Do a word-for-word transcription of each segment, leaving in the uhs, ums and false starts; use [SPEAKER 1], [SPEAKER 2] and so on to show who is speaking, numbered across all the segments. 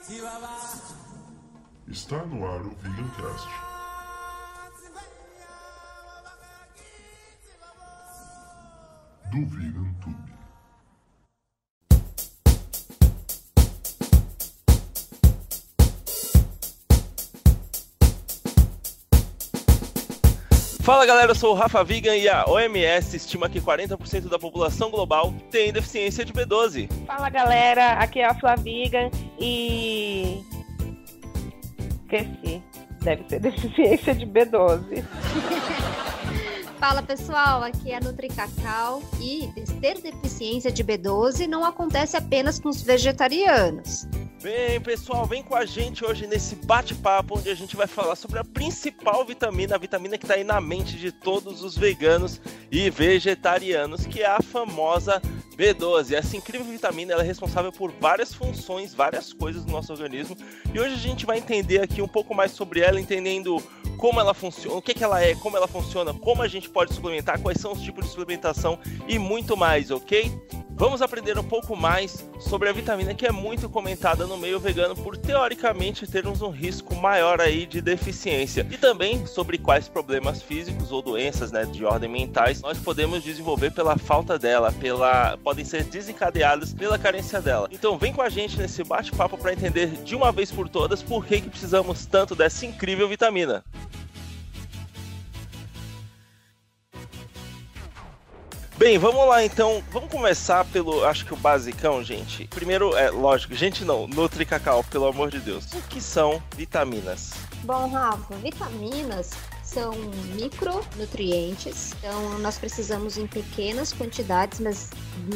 [SPEAKER 1] Está no ar o VeganCast. Do VeganTube.
[SPEAKER 2] Fala galera, eu sou o Rafa Vegan e a O M S estima que quarenta por cento da população global tem deficiência de B doze.
[SPEAKER 3] Fala galera, aqui é a Flavigan e... esqueci, deve ser deficiência de B doze.
[SPEAKER 4] Fala pessoal, aqui é a Nutri Cacau e ter deficiência de B doze não acontece apenas com os vegetarianos.
[SPEAKER 2] Bem, pessoal, vem com a gente hoje nesse bate-papo onde a gente vai falar sobre a principal vitamina, a vitamina que está aí na mente de todos os veganos e vegetarianos, que é a famosa B doze. Essa incrível vitamina ela é responsável por várias funções, várias coisas no nosso organismo. E hoje a gente vai entender aqui um pouco mais sobre ela, entendendo como ela funciona, o que, que ela é, como ela funciona, como a gente pode suplementar, quais são os tipos de suplementação e muito mais, ok? Vamos aprender um pouco mais sobre a vitamina que é muito comentada no meio vegano por, teoricamente, termos um risco maior aí de deficiência. E também sobre quais problemas físicos ou doenças, né, de ordem mentais nós podemos desenvolver pela falta dela, pela podem ser desencadeadas pela carência dela. Então vem com a gente nesse bate-papo para entender de uma vez por todas por que, que precisamos tanto dessa incrível vitamina. Bem, vamos lá então, vamos começar pelo, acho que o basicão, gente. Primeiro, é lógico, gente não, Nutri Cacau, pelo amor de Deus. O que são vitaminas?
[SPEAKER 4] Bom, Rafa, vitaminas são micronutrientes, então nós precisamos em pequenas quantidades, mas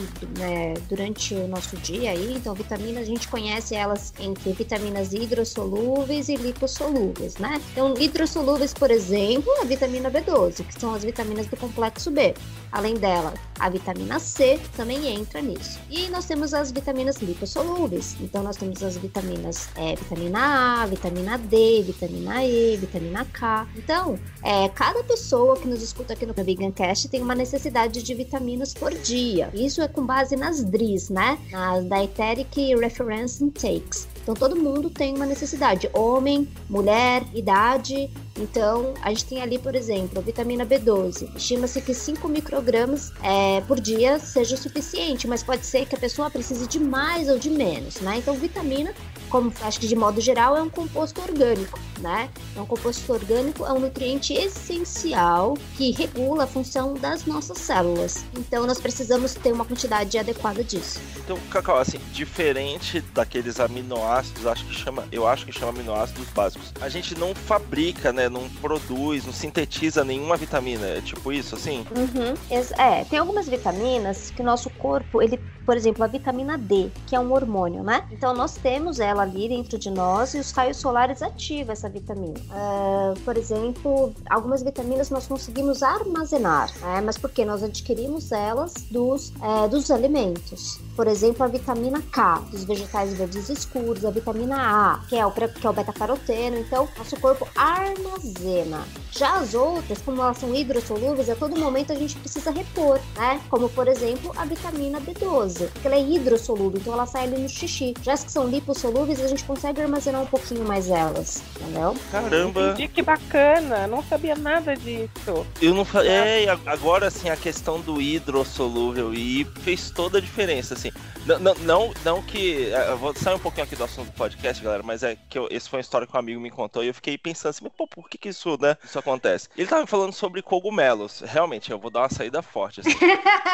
[SPEAKER 4] né, durante o nosso dia aí, então vitaminas a gente conhece elas entre vitaminas hidrossolúveis e lipossolúveis, né? Então hidrossolúveis, por exemplo, a vitamina B doze, que são as vitaminas do complexo B. Além dela, a vitamina C também entra nisso. E nós temos as vitaminas lipossolúveis, então nós temos as vitaminas é, vitamina A, vitamina D, vitamina E, vitamina K. Então, É, cada pessoa que nos escuta aqui no VeganCast tem uma necessidade de vitaminas por dia. Isso é com base nas D R Is, né? Nas Dietary Reference Intakes. Então, todo mundo tem uma necessidade. Homem, mulher, idade. Então, a gente tem ali, por exemplo, a vitamina B doze. Estima-se que cinco microgramas é, por dia seja o suficiente, mas pode ser que a pessoa precise de mais ou de menos, né? Então, vitamina, como acho que de modo geral, é um composto orgânico, né? É um composto orgânico, é um nutriente essencial que regula a função das nossas células. Então, nós precisamos ter uma quantidade adequada disso.
[SPEAKER 2] Então, Cacau, assim, diferente daqueles aminoácidos, acho que chama, eu acho que chama aminoácidos básicos, a gente não fabrica, né? Não produz, não sintetiza nenhuma vitamina. É tipo isso, assim?
[SPEAKER 3] Uhum. É, tem algumas vitaminas que o nosso corpo, ele, por exemplo, a vitamina D, que é um hormônio, né? Então nós temos ela ali dentro de nós e os raios solares ativam essa vitamina. Uh, por exemplo, algumas vitaminas nós conseguimos armazenar, né? Mas porque nós adquirimos elas dos, é, dos alimentos. Por exemplo, a vitamina K, dos vegetais verdes escuros, a vitamina A, que é o, que é o beta-caroteno. Então, nosso corpo armazena. Já as outras, como elas são hidrossolúveis, a todo momento a gente precisa repor, né? Como, por exemplo, a vitamina B doze, porque ela é hidrossolúvel, então ela sai ali no xixi. Já as que são lipossolúveis, a gente consegue armazenar um pouquinho mais elas, entendeu?
[SPEAKER 2] Caramba!
[SPEAKER 3] Entendi, que bacana! Não sabia nada disso.
[SPEAKER 2] Eu não falei. É, agora assim, a questão do hidrossolúvel e fez toda a diferença, assim. Não, não, não, não que. Eu vou sair um pouquinho aqui do assunto do podcast, galera, mas é que eu, esse foi uma história que um amigo me contou e eu fiquei pensando assim, mas pô, por que que isso, né? Isso acontece. Ele tava me falando sobre cogumelos. Realmente, eu vou dar uma saída forte, assim.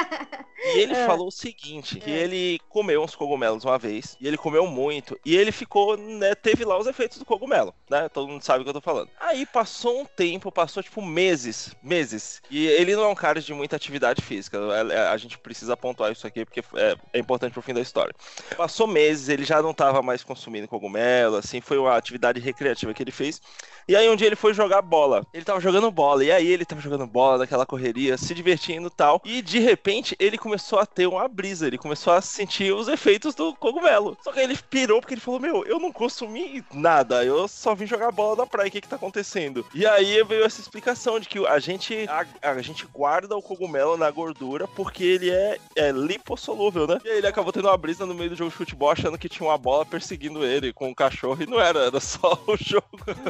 [SPEAKER 2] E ele falou o seguinte, que ele comeu uns cogumelos uma vez, e ele comeu muito, e ele ficou, né, teve lá os efeitos do cogumelo, né? Todo mundo sabe o que eu tô falando. Aí passou um tempo, passou tipo meses, meses, e ele não é um cara de muita atividade física, a, a gente precisa pontuar isso aqui porque é, é importante pro fim da história. Passou meses, ele já não tava mais consumindo cogumelo, assim, foi uma atividade recreativa que ele fez. E aí um dia ele foi jogar bola. Ele tava jogando bola, e aí ele tava jogando bola, naquela correria, se divertindo e tal. E de repente ele começou a ter uma brisa, ele começou a sentir os efeitos do cogumelo. Só que ele pirou porque ele falou, meu, eu não consumi nada, eu só vim jogar bola na praia, o que que tá acontecendo? E aí veio essa explicação de que a gente, a, a gente guarda o cogumelo na gordura porque ele é, é lipossolúvel, né? E aí ele acabou tendo uma brisa no meio do jogo de futebol achando que tinha uma bola perseguindo ele com um cachorro e não era, era só o jogo.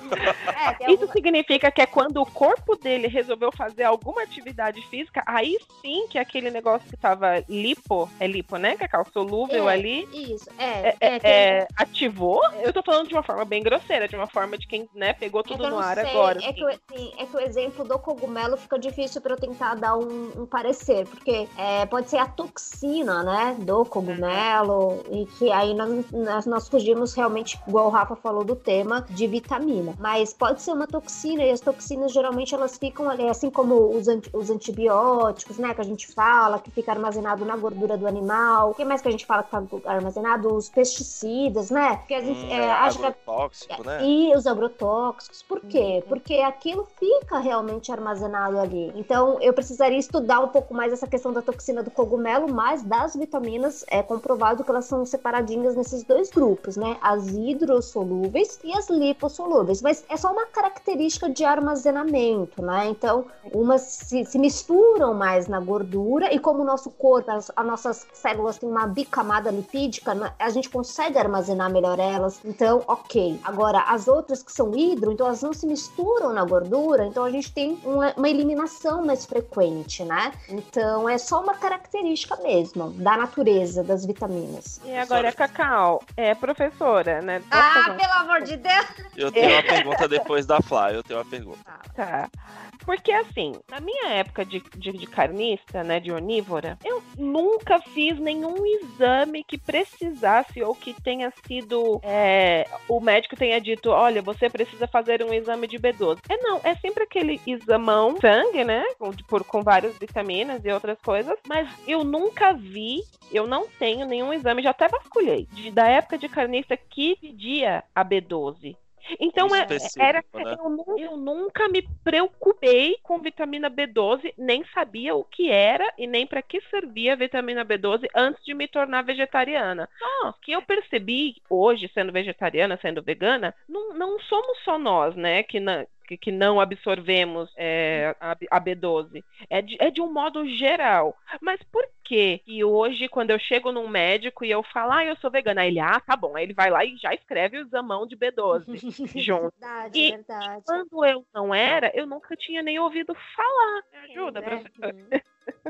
[SPEAKER 5] É, isso significa que é quando o corpo dele resolveu fazer alguma atividade física, aí sim que aquele negócio que tava lipo, é lipo, né? Que é solúvel
[SPEAKER 3] é,
[SPEAKER 5] ali.
[SPEAKER 3] Isso,
[SPEAKER 5] é.
[SPEAKER 3] é,
[SPEAKER 5] é, é ativou? Eu tô falando de uma forma bem grosseira, de uma forma de quem, né, pegou tudo
[SPEAKER 3] é
[SPEAKER 5] no ar
[SPEAKER 3] sei,
[SPEAKER 5] agora.
[SPEAKER 3] É,
[SPEAKER 5] assim.
[SPEAKER 3] que o, assim, é que o exemplo do cogumelo fica difícil pra eu tentar dar um, um parecer, porque é, pode ser a toxina, né, do cogumelo, uhum. E que aí nós, nós, nós fugimos realmente, igual o Rafa falou, do tema de vitamina. Mas pode ser uma toxina, e as toxinas geralmente elas ficam ali, assim como os, anti, os antibióticos, né, que a gente fala, que fica armazenado na gordura do animal. O que mais que a gente fala que tá armazenado? Os pesticidas, né? Porque a gente
[SPEAKER 2] hum,
[SPEAKER 3] é,
[SPEAKER 2] é
[SPEAKER 3] acha
[SPEAKER 2] agrotóxico,
[SPEAKER 3] que...
[SPEAKER 2] né?
[SPEAKER 3] E os agrotóxicos. Por quê? Uhum. Porque aquilo fica realmente armazenado ali. Então, eu precisaria estudar um pouco mais essa questão da toxina do cogumelo, mas das vitaminas é comprovado que elas são separadinhas nesses dois grupos, né? As hidrossolúveis e as lipossolúveis. Mas é só uma característica de armazenamento, né? Então, umas se, se misturam mais na gordura e como o nosso corpo, as, as nossas células têm uma bicamada lipídica, a gente consegue armazenar melhor elas. Então, ok. Agora, as outras que são hidro, então elas não se misturam na gordura, então a gente tem uma, uma eliminação mais frequente, né? Então, é só uma característica mesmo da natureza das vitaminas.
[SPEAKER 5] E agora, Cacau, é professora, né?
[SPEAKER 3] Ah, fazer... pelo amor de Deus!
[SPEAKER 2] Eu tenho uma pergunta depois da Flá, eu tenho uma pergunta.
[SPEAKER 5] Tá. Porque, assim, na minha época de, de, de carnista, né, de onívora, eu nunca fiz nenhum exame que precisasse ou que tenha sido, é, o médico tenha dito, olha, você precisa fazer um exame de B doze. É não, é sempre aquele examão, sangue, né, com, por, com várias vitaminas e outras coisas, mas eu nunca vi, eu não tenho nenhum exame, já até vasculhei, de, da época de carnista que pedia a B doze. Então, é, era, né? eu, eu nunca me preocupei com vitamina B doze, nem sabia o que era e nem para que servia a vitamina B doze antes de me tornar vegetariana. Só que eu percebi hoje, sendo vegetariana, sendo vegana, não, não somos só nós, né, que na, que, que não absorvemos é, a, a B doze. É de, é de um modo geral. Mas por que que hoje, quando eu chego num médico e eu falo, ah, eu sou vegana, aí ele, ah, tá bom. Aí ele vai lá e já escreve o examão de B doze junto.
[SPEAKER 3] Verdade,
[SPEAKER 5] e
[SPEAKER 3] verdade.
[SPEAKER 5] Quando eu não era, eu nunca tinha nem ouvido falar. Me ajuda,
[SPEAKER 3] né?
[SPEAKER 5] professor.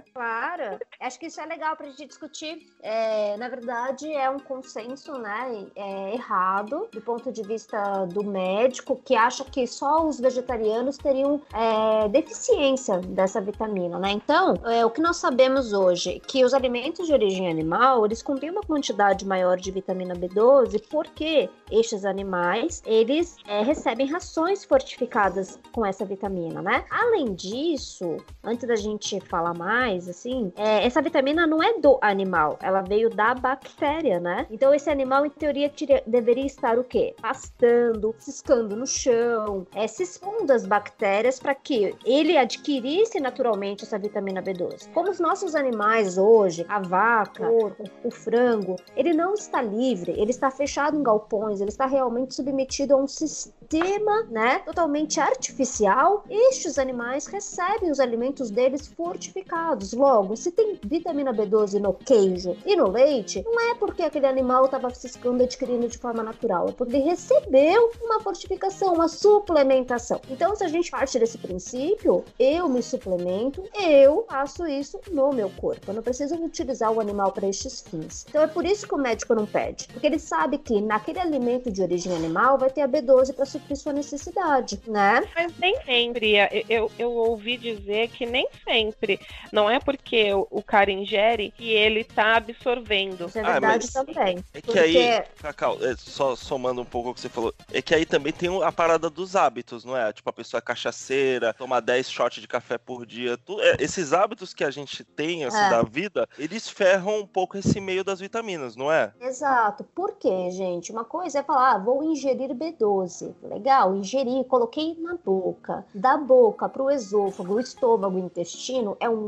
[SPEAKER 3] Claro, acho que isso é legal pra gente discutir. É, na verdade, é um consenso, né, é errado do ponto de vista do médico, que acha que só os vegetarianos teriam é, deficiência dessa vitamina, né? Então, é, o que nós sabemos hoje, que os alimentos de origem animal, eles contêm uma quantidade maior de vitamina B doze, porque estes animais, eles é, recebem rações fortificadas com essa vitamina, né? Além disso, antes da gente falar mais, mais, assim, é, essa vitamina não é do animal, ela veio da bactéria, né? Então esse animal, em teoria, tira, deveria estar o quê? Pastando, ciscando no chão, é, se expondo às bactérias para que ele adquirisse naturalmente essa vitamina B doze. Como os nossos animais hoje, a vaca, o porco, o frango, ele não está livre, ele está fechado em galpões, ele está realmente submetido a um sistema, né, totalmente artificial. Estes animais recebem os alimentos deles fortificados. Logo, se tem vitamina B doze no queijo e no leite, não é porque aquele animal estava ciscando e adquirindo de forma natural, é porque ele recebeu uma fortificação, uma suplementação. Então, se a gente parte desse princípio, eu me suplemento, eu faço isso no meu corpo. Eu não preciso utilizar o animal para estes fins. Então, é por isso que o médico não pede, porque ele sabe que naquele alimento de origem animal vai ter a B doze para suprir sua necessidade, né?
[SPEAKER 5] Mas nem sempre. Eu, eu, eu ouvi dizer que nem sempre. Não é porque o, o cara ingere que ele tá absorvendo.
[SPEAKER 3] Isso é verdade
[SPEAKER 2] ah,
[SPEAKER 3] também.
[SPEAKER 2] É que
[SPEAKER 3] porque...
[SPEAKER 2] aí, Cacau, é, só somando um pouco o que você falou, é que aí também tem a parada dos hábitos, não é? Tipo, a pessoa é cachaceira, toma dez shots de café por dia. Tudo, é, esses hábitos que a gente tem, assim, é. da vida, eles ferram um pouco esse meio das vitaminas, não é?
[SPEAKER 3] Exato. Por quê, gente? Uma coisa é falar, ah, vou ingerir B doze. Legal, ingeri, coloquei na boca. Da boca pro esôfago, o estômago, o intestino, é um outro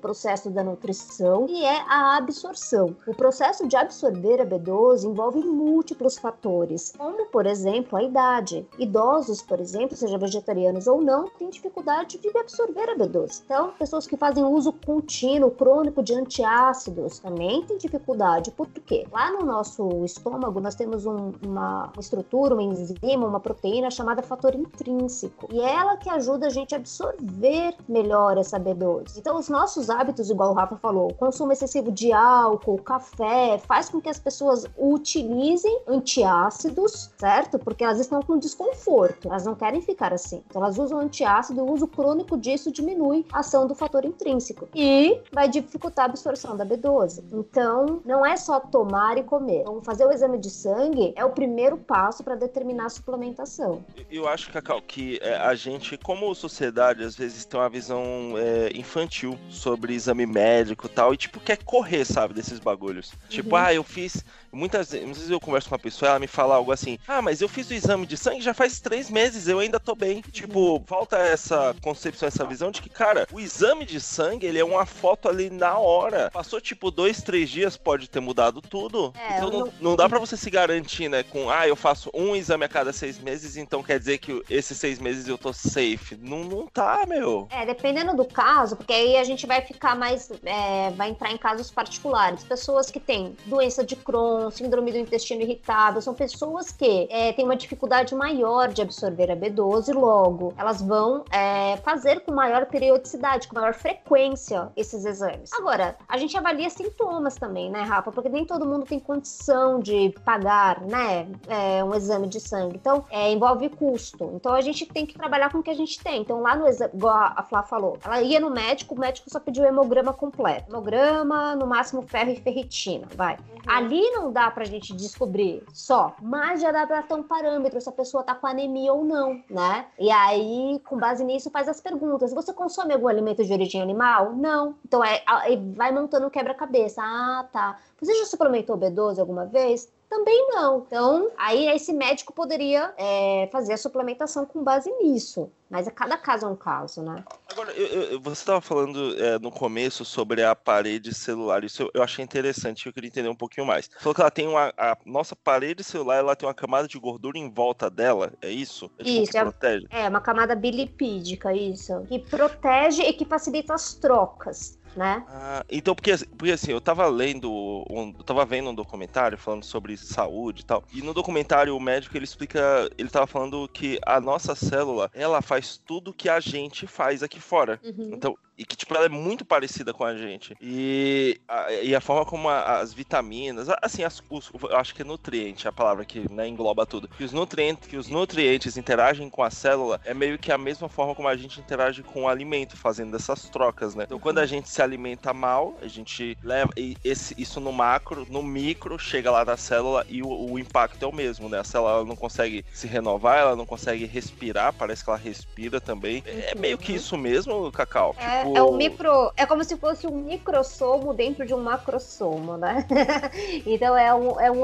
[SPEAKER 3] processo da nutrição, que é a absorção. O processo de absorver a B doze envolve múltiplos fatores, como, por exemplo, a idade. Idosos, por exemplo, sejam vegetarianos ou não, têm dificuldade de absorver a B doze. Então, pessoas que fazem uso contínuo, crônico de antiácidos, também têm dificuldade. Por quê? Lá no nosso estômago, nós temos um, uma estrutura, uma enzima, uma proteína chamada fator intrínseco. E é ela que ajuda a gente a absorver melhor essa B doze. Então, os nossos hábitos, igual o Rafa falou, o consumo excessivo de álcool, café, faz com que as pessoas utilizem antiácidos, certo? Porque elas estão com desconforto, elas não querem ficar assim. Então, elas usam antiácido e o uso crônico disso diminui a ação do fator intrínseco e vai dificultar a absorção da B doze. Então, não é só tomar e comer. Então, fazer o exame de sangue é o primeiro passo para determinar a suplementação.
[SPEAKER 2] Eu acho, Cacau, que é, a gente, como sociedade, às vezes tem uma visão é, infantil sobre exame médico e tal, e tipo, quer correr, sabe, desses bagulhos. Uhum. Tipo, ah, eu fiz... Muitas vezes eu converso com uma pessoa, ela me fala algo assim, ah, mas eu fiz o exame de sangue já faz três meses, eu ainda tô bem. Tipo, falta essa concepção, essa visão de que, cara, o exame de sangue, ele é uma foto ali na hora. Passou, tipo, dois, três dias, pode ter mudado tudo. É, então não, não... não dá pra você se garantir, né, com, ah, eu faço um exame a cada seis meses, então quer dizer que esses seis meses eu tô safe. Não, não tá, meu.
[SPEAKER 3] É, dependendo do caso, porque aí a gente vai ficar mais, é, vai entrar em casos particulares. Pessoas que têm doença de Crohn, síndrome do intestino irritável, são pessoas que é, têm uma dificuldade maior de absorver a B doze, logo, elas vão é, fazer com maior periodicidade, com maior frequência esses exames. Agora, a gente avalia sintomas também, né, Rafa? Porque nem todo mundo tem condição de pagar, né, é, um exame de sangue. Então, é, envolve custo. Então, a gente tem que trabalhar com o que a gente tem. Então, lá no exame, igual a Flá falou, ela ia no médico, o médico só pediu o hemograma completo. Hemograma, no máximo ferro e ferritina, vai. Uhum. Ali não dá pra gente descobrir só, mas já dá pra ter um parâmetro se a pessoa tá com anemia ou não, né? E aí, com base nisso, faz as perguntas. Você consome algum alimento de origem animal? Não. Então, é, é, vai montando um quebra-cabeça. Ah, tá. Você já suplementou B doze alguma vez? Também não. Então, aí esse médico poderia é, fazer a suplementação com base nisso. Mas cada caso é um caso, né?
[SPEAKER 2] Agora, eu, eu, você estava falando é, no começo sobre a parede celular. Isso eu, eu achei interessante, eu queria entender um pouquinho mais. Você falou que ela tem uma... A nossa parede celular, ela tem uma camada de gordura em volta dela, é isso? É tipo
[SPEAKER 3] isso,
[SPEAKER 2] que
[SPEAKER 3] é,
[SPEAKER 2] protege?
[SPEAKER 3] É, uma camada bilipídica, isso. Que protege e que facilita as trocas. Né?
[SPEAKER 2] Ah, então, porque, porque assim, eu tava lendo, um, eu tava vendo um documentário falando sobre saúde e tal, e no documentário o médico, ele explica, ele tava falando que a nossa célula, ela faz tudo que a gente faz aqui fora. Uhum. Então, e que, tipo, ela é muito parecida com a gente. E a, e a forma como a, as vitaminas, assim, as, os, eu acho que é nutriente, a palavra que, né, engloba tudo. Que os, nutrientes, que os nutrientes interagem com a célula é meio que a mesma forma como a gente interage com o alimento, fazendo essas trocas, né? Então, quando a gente se alimenta mal, a gente leva esse, isso no macro, no micro, chega lá na célula e o, o impacto é o mesmo, né? A célula ela não consegue se renovar, ela não consegue respirar, parece que ela respira também. É meio que isso mesmo, Cacau?
[SPEAKER 3] É. É, o micro, é como se fosse um microsomo dentro de um macrosomo, né? Então é um, é um,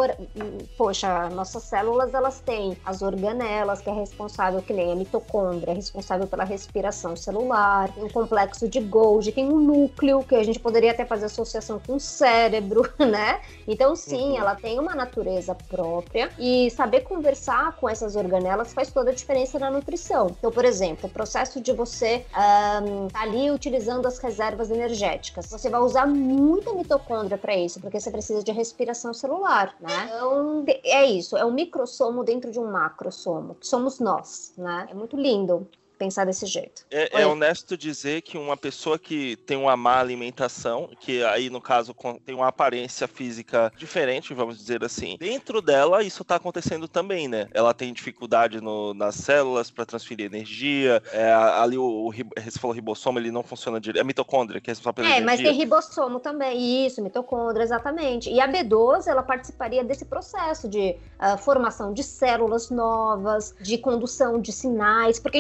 [SPEAKER 3] poxa, nossas células, elas têm as organelas, que é responsável, que nem a mitocôndria, é responsável pela respiração celular, tem um complexo de Golgi, tem um núcleo, que a gente poderia até fazer associação com o cérebro, né? Então sim, uhum. Ela tem uma natureza própria e saber conversar com essas organelas faz toda a diferença na nutrição. Então, por exemplo, o processo de você um, tá ali utilizando utilizando as reservas energéticas. Você vai usar muita mitocôndria para isso, porque você precisa de respiração celular, né? Então, é isso, é um microsomo dentro de um macrosomo, que somos nós, né? É muito lindo pensar desse jeito.
[SPEAKER 2] É, é honesto dizer que uma pessoa que tem uma má alimentação, que aí no caso tem uma aparência física diferente, vamos dizer assim, dentro dela isso tá acontecendo também, né? Ela tem dificuldade no, nas células para transferir energia, é, ali o, o você falou ribossomo, ele não funciona direito, é mitocôndria que é só pela energia.
[SPEAKER 3] É, mas tem ribossomo também, isso, mitocôndria, exatamente. E a B doze, ela participaria desse processo de uh, formação de células novas, de condução de sinais, porque a gente tá falando de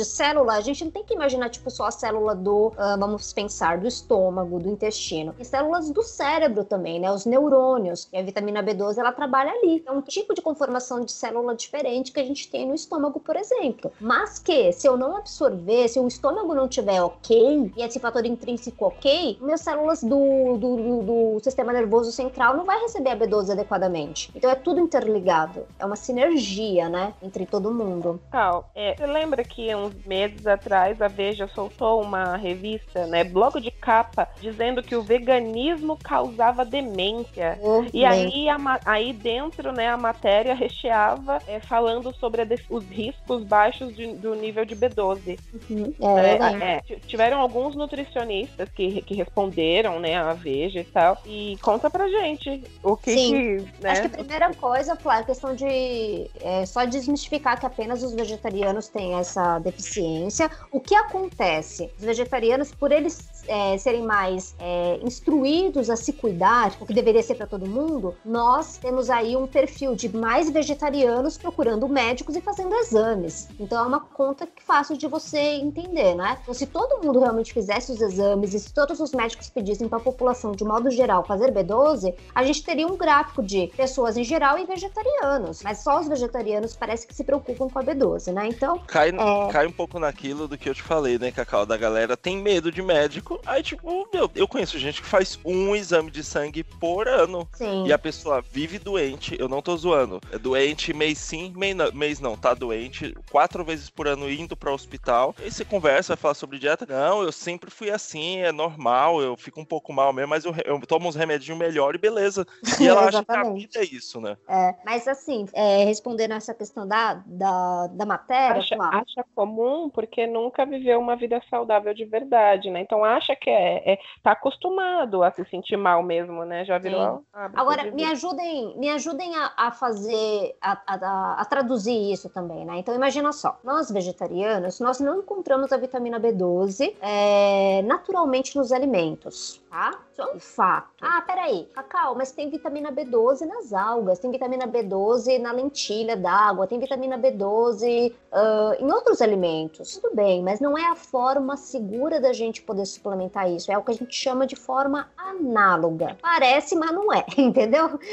[SPEAKER 3] célula, a gente não tem que imaginar, tipo, só a célula do, uh, vamos pensar, do estômago, do intestino. Tem células do cérebro também, né? Os neurônios, e a vitamina B doze, ela trabalha ali. É um tipo de conformação de célula diferente que a gente tem no estômago, por exemplo. Mas que, se eu não absorver, se o estômago não tiver ok, e esse fator intrínseco ok, minhas células do, do, do, do sistema nervoso central não vai receber a B doze adequadamente. Então é tudo interligado. É uma sinergia, né? Entre todo mundo.
[SPEAKER 5] Cal, é, você lembra que uns meses atrás a Veja soltou uma revista, né? Bloco de capa, dizendo que o veganismo causava demência. Oh, e aí, a, aí dentro, né, a matéria recheava é, falando sobre a, os riscos baixos de, do nível de B doze.
[SPEAKER 3] Uhum. É,
[SPEAKER 5] é, é, tiveram alguns nutricionistas que, que responderam, né, a Veja e tal. E conta pra gente o que...
[SPEAKER 3] Sim.
[SPEAKER 5] que né?
[SPEAKER 3] Acho que a primeira coisa, Flávia, é a questão de é, só desmistificar que apenas os vegetarianos têm essa deficiência. O que acontece? Os vegetarianos, por eles é, serem mais é, instruídos a se cuidar, o que deveria ser para todo mundo, nós temos aí um perfil de mais vegetarianos procurando médicos e fazendo exames. Então é uma conta fácil de você entender, né? Então, se todo mundo realmente fizesse os exames e se todos os médicos pedissem para a população, de modo geral, fazer B doze, a gente teria um gráfico de pessoas em geral e vegetarianos. Mas só os vegetarianos parece que se preocupam com a B doze, né? Então...
[SPEAKER 2] Cai,
[SPEAKER 3] é...
[SPEAKER 2] cai um pouco naquilo do que eu te falei, né, Cacau? Da galera tem medo de médico. Aí, tipo, meu, eu conheço gente que faz um exame de sangue por ano.
[SPEAKER 3] Sim.
[SPEAKER 2] E a pessoa vive doente. Eu não tô zoando. É doente mês sim, mês não, mês não. Tá doente quatro vezes por ano indo para o hospital. E aí você conversa, vai falar sobre dieta. Não, eu sempre fui assim, é normal. Eu fico um pouco mal mesmo, mas eu, eu tomo uns remédios melhor e beleza. E ela acha que a vida é isso, né?
[SPEAKER 3] É, mas assim, é, respondendo essa questão da, da, da matéria...
[SPEAKER 5] Acha,
[SPEAKER 3] claro.
[SPEAKER 5] acha comum porque nunca viveu uma vida saudável de verdade, né? Então acha que é, é tá acostumado a se sentir mal mesmo, né? Já virou...
[SPEAKER 3] Ah, agora, me ajudem, me ajudem a, a fazer, a, a, a traduzir isso também, né? Então imagina só, nós vegetarianos, nós não encontramos a vitamina B doze é, naturalmente nos alimentos, tá? Isso é um fato. Ah, peraí, Cacau, mas tem vitamina B doze nas algas, tem vitamina B doze na lentilha d'água, tem vitamina B doze uh, em outros alimentos. Tudo bem, mas não é a forma segura da gente poder suplementar isso. É o que a gente chama de forma análoga. Parece, mas não é, entendeu? Uhum.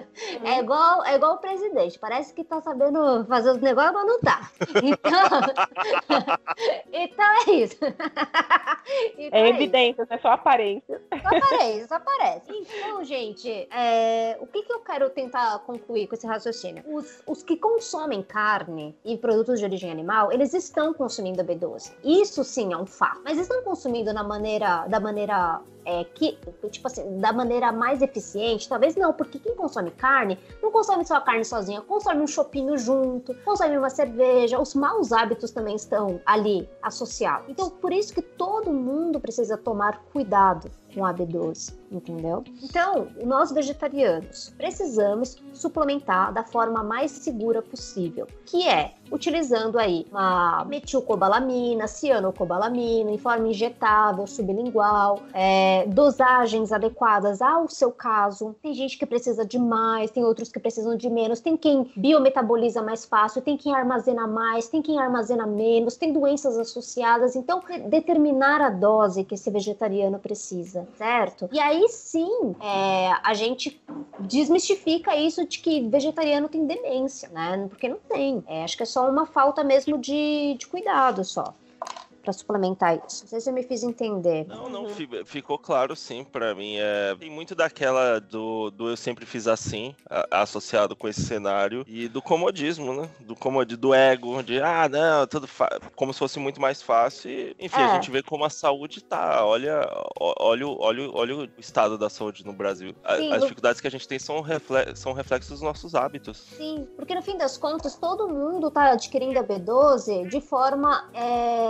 [SPEAKER 3] É igual, é igual o presidente. Parece que tá sabendo fazer os negócios, mas não tá. Então, então é isso. Então
[SPEAKER 5] é, é evidente, isso. É só aparência.
[SPEAKER 3] Só aparece, só aparece. Então, gente, é, o que, que eu quero tentar concluir com esse raciocínio? Os, os que consomem carne e produtos de origem animal, eles estão consumindo a B doze. Isso sim é um fato. Mas estão consumindo na maneira, da maneira... É, que, tipo assim, da maneira mais eficiente, talvez não, porque quem consome carne, não consome só a carne sozinha, consome um chopinho junto, consome uma cerveja, os maus hábitos também estão ali associados. Então, por isso que todo mundo precisa tomar cuidado com a B doze, entendeu? Então, nós vegetarianos precisamos suplementar da forma mais segura possível, que é utilizando aí uma metilcobalamina, cianocobalamina em forma injetável, sublingual, é, dosagens adequadas ao seu caso. Tem gente que precisa de mais, tem outros que precisam de menos, tem quem biometaboliza mais fácil, tem quem armazena mais, tem quem armazena menos, tem doenças associadas. Então, determinar a dose que esse vegetariano precisa, certo? E aí sim, é, a gente desmistifica isso de que vegetariano tem demência, né? Porque não tem. É, acho que é só uma falta mesmo de, de cuidado só pra suplementar isso. Não sei se eu me fiz entender.
[SPEAKER 2] Não, não, ficou claro sim pra mim. É, tem muito daquela do, do eu sempre fiz assim, a, associado com esse cenário, e do comodismo, né? Do comod, do ego, de ah, não, tudo como se fosse muito mais fácil. E, enfim, é. A gente vê como a saúde tá. Olha, olha, olha, olha o estado da saúde no Brasil. Sim, As dificuldades que a gente tem são, reflexos, são reflexos dos nossos hábitos.
[SPEAKER 3] Sim, porque no fim das contas, todo mundo tá adquirindo a B doze de forma... É...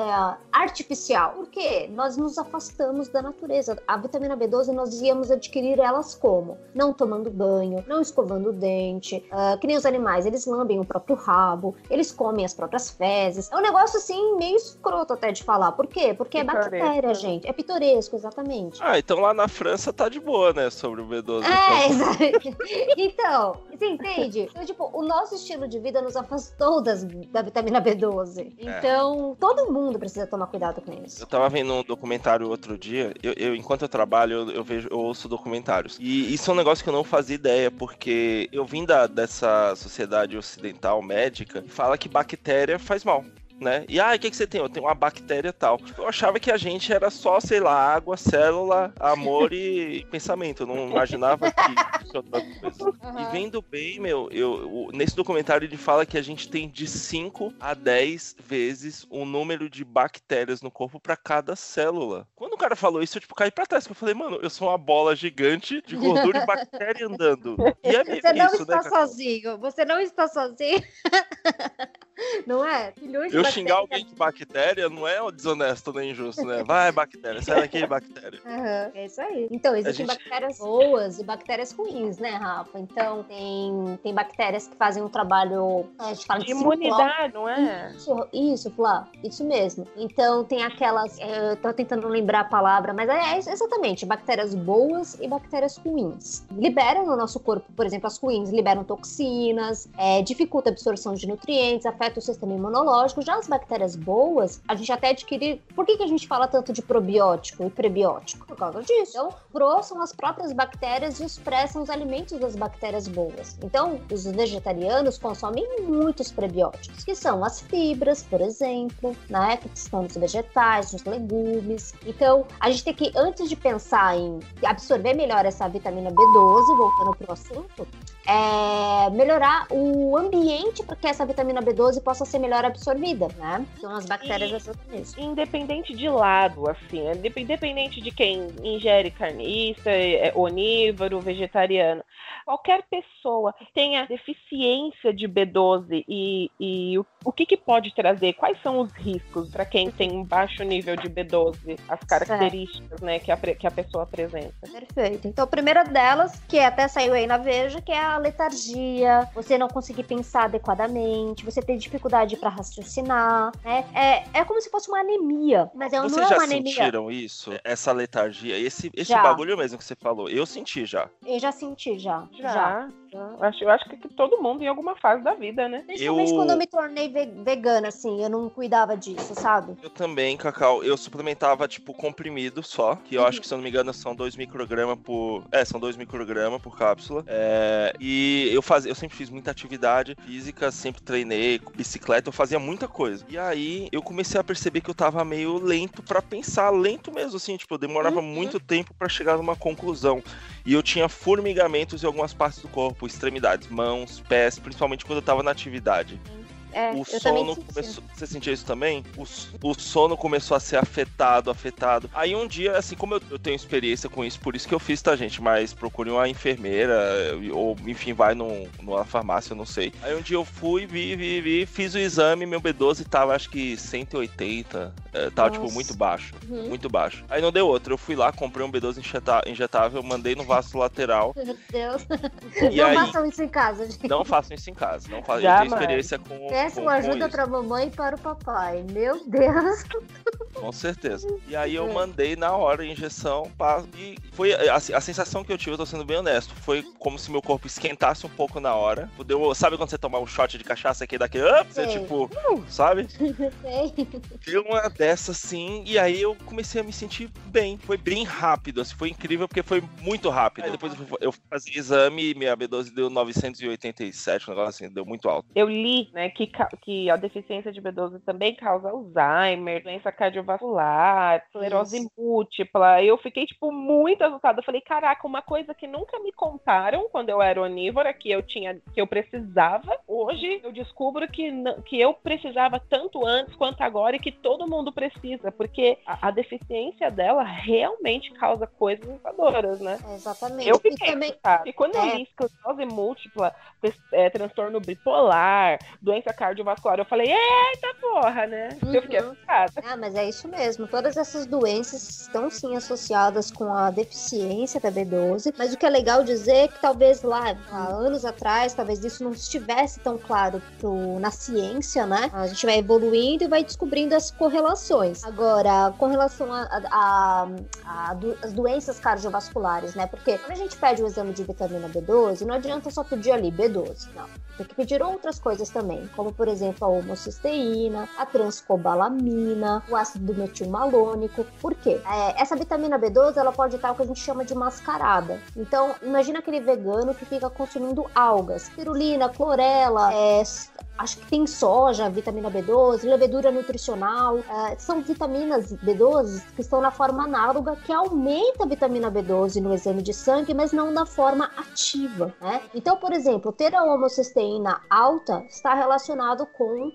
[SPEAKER 3] artificial. Por quê? Nós nos afastamos da natureza. A vitamina B doze nós íamos adquirir elas como? Não tomando banho, não escovando o dente, uh, que nem os animais, eles lambem o próprio rabo, eles comem as próprias fezes. É um negócio assim meio escroto até de falar. Por quê? Porque é bactéria, gente. É pitoresco, exatamente.
[SPEAKER 2] Ah, então lá na França tá de boa, né, sobre o B doze.
[SPEAKER 3] É,
[SPEAKER 2] então.
[SPEAKER 3] exato. Então, você entende? Então, tipo, o nosso estilo de vida nos afastou das, da vitamina B doze. Então, é. todo mundo precisa tomar cuidado com isso.
[SPEAKER 2] Eu tava vendo um documentário outro dia, eu, eu enquanto eu trabalho, eu, eu, vejo, eu ouço documentários. E isso é um negócio que eu não fazia ideia, porque eu vim da, dessa sociedade ocidental médica, e fala que bactéria faz mal. Né? E ah, o que, que você tem? Eu tenho uma bactéria tal. Tipo, eu achava que a gente era só, sei lá, água, célula, amor e pensamento. Eu não imaginava que isso é outra coisa. Uhum. E vendo bem, meu, eu, eu, nesse documentário ele fala que a gente tem de cinco a dez vezes o número de bactérias no corpo pra cada célula. Quando o cara falou isso, eu tipo, caí pra trás. Eu falei, mano, eu sou uma bola gigante de gordura e bactéria andando. E é
[SPEAKER 3] você não
[SPEAKER 2] isso,
[SPEAKER 3] está
[SPEAKER 2] né,
[SPEAKER 3] sozinho. Você não está sozinho. Não é? Milhões de
[SPEAKER 2] eu
[SPEAKER 3] bactérias.
[SPEAKER 2] Xingar alguém de bactéria não é desonesto nem injusto, né? Vai, bactéria, sai daqui, bactéria.
[SPEAKER 3] Uhum, é isso aí. Então, existem gente... bactérias boas e bactérias ruins, né, Rafa? Então, tem, tem bactérias que fazem um trabalho... A gente fala
[SPEAKER 5] de imunidade, não é?
[SPEAKER 3] Isso, isso, Flá. Isso mesmo. Então, tem aquelas... Eu tô tentando lembrar a palavra, mas é exatamente. Bactérias boas e bactérias ruins. Liberam no nosso corpo, por exemplo, as ruins liberam toxinas, é, dificulta a absorção de nutrientes, afeta o sistema imunológico. Já as bactérias boas, a gente até adquire... Por que, que a gente fala tanto de probiótico e prebiótico? Por causa disso. Então, pro são as próprias bactérias e expressam os alimentos das bactérias boas. Então, os vegetarianos consomem muitos prebióticos, que são as fibras, por exemplo, né, que estão nos vegetais, nos legumes. Então, a gente tem que, antes de pensar em absorver melhor essa vitamina B doze, voltando pro assunto, É melhorar o ambiente para que essa vitamina B doze possa ser melhor absorvida, né? Então as bactérias ajudam nisso.
[SPEAKER 5] Independente de lado, assim, independente de quem ingere carnista, é onívoro, vegetariano, qualquer pessoa que tenha deficiência de B doze e, e o, o que, que pode trazer, quais são os riscos para quem tem um baixo nível de B doze, as características, né, que a, que a pessoa apresenta. Perfeito.
[SPEAKER 3] Então a primeira delas, que até saiu aí na Veja, que é a letargia, você não conseguir pensar adequadamente, você ter dificuldade para raciocinar, né? É, é como se fosse uma anemia, mas é,
[SPEAKER 2] Vocês
[SPEAKER 3] não é
[SPEAKER 2] já
[SPEAKER 3] uma anemia.
[SPEAKER 2] sentiram isso? Essa letargia, esse, esse
[SPEAKER 3] Já.
[SPEAKER 2] bagulho mesmo que você falou, eu senti já.
[SPEAKER 3] Eu já senti, já.
[SPEAKER 5] Já. já. Eu acho, eu acho que todo mundo em alguma fase da vida, né?
[SPEAKER 3] Principalmente
[SPEAKER 2] eu...
[SPEAKER 3] quando eu me tornei vegana, assim, eu não cuidava disso, sabe?
[SPEAKER 2] Eu também, Cacau, eu suplementava, tipo, comprimido só, que eu uhum. acho que, se eu não me engano, são dois microgramas por... É, são dois microgramas por cápsula. É... E eu fazia, eu sempre fiz muita atividade física, sempre treinei, bicicleta, eu fazia muita coisa. E aí, eu comecei a perceber que eu tava meio lento pra pensar, lento mesmo, assim, tipo, eu demorava uhum. muito tempo pra chegar numa conclusão. E eu tinha formigamentos em algumas partes do corpo, extremidades, mãos, pés, principalmente quando eu tava na atividade.
[SPEAKER 3] É,
[SPEAKER 2] o sono começou... Você sentia isso também? O, o sono começou a ser afetado, afetado. Aí um dia, assim, como eu, eu tenho experiência com isso, por isso que eu fiz, tá, gente? Mas procure uma enfermeira, ou enfim, vai num, numa farmácia, eu não sei. Aí um dia eu fui, vi, vi, vi, fiz o exame, meu B doze tava, acho que cento e oitenta. É, tava, Nossa. tipo, muito baixo. Uhum. Muito baixo. Aí não deu outro. Eu fui lá, comprei um B doze injeta... injetável, mandei no vaso lateral.
[SPEAKER 3] Meu Deus.
[SPEAKER 2] E
[SPEAKER 3] não
[SPEAKER 2] aí...
[SPEAKER 3] façam isso em casa, gente.
[SPEAKER 2] Não façam isso em casa. Não fa...
[SPEAKER 5] Já,
[SPEAKER 2] eu tenho experiência
[SPEAKER 5] mas...
[SPEAKER 2] com...
[SPEAKER 3] Peçam ajuda pra mamãe e para o papai. Meu Deus.
[SPEAKER 2] Com certeza. E aí eu mandei na hora a injeção. Pá, e foi a, a sensação que eu tive, eu tô sendo bem honesto, foi como se meu corpo esquentasse um pouco na hora. Deu, sabe quando você toma um shot de cachaça aqui daquele... Você tipo... Uh, sabe? Deu uma dessa assim. E aí eu comecei a me sentir bem. Foi bem rápido. Assim, foi incrível porque foi muito rápido. Aí depois eu, eu fazia exame e minha B doze deu novecentos e oitenta e sete. Um negócio assim, deu muito alto.
[SPEAKER 5] Eu li, né, que, que a deficiência de B doze também causa Alzheimer, doença cardiovascular, esclerose Isso. múltipla. Eu fiquei, tipo, muito assustada. Eu falei, caraca, uma coisa que nunca me contaram quando eu era onívora, que eu tinha, que eu precisava. Hoje eu descubro que, que eu precisava tanto antes quanto agora e que todo mundo precisa, porque a, a deficiência dela realmente causa coisas assustadoras, né?
[SPEAKER 3] É, exatamente.
[SPEAKER 5] Eu fiquei
[SPEAKER 3] e também...
[SPEAKER 5] E quando é. eu li esclerose múltipla, é, transtorno bipolar, doença cardiovascular. Eu falei, eita porra, né?
[SPEAKER 3] Uhum.
[SPEAKER 5] Eu fiquei assustada.
[SPEAKER 3] Ah, mas é isso mesmo. Todas essas doenças estão sim associadas com a deficiência da B doze, mas o que é legal dizer é que talvez lá, há anos atrás, talvez isso não estivesse tão claro pro, na ciência, né? A gente vai evoluindo e vai descobrindo as correlações. Agora, com relação a, a, a, a do, as doenças cardiovasculares, né? Porque quando a gente pede o exame de vitamina B doze, não adianta só pedir ali B doze, não. Tem que pedir outras coisas também, como por exemplo a homocisteína, a transcobalamina, o ácido metilmalônico. Por quê? É, essa vitamina B doze, ela pode estar o que a gente chama de mascarada. Então, imagina aquele vegano que fica consumindo algas, spirulina, clorela, é, acho que tem soja, vitamina B doze, levedura nutricional. É, são vitaminas B doze que estão na forma análoga, que aumenta a vitamina B doze no exame de sangue, mas não da forma ativa, né? Então, por exemplo, ter a homocisteína alta está relacionado com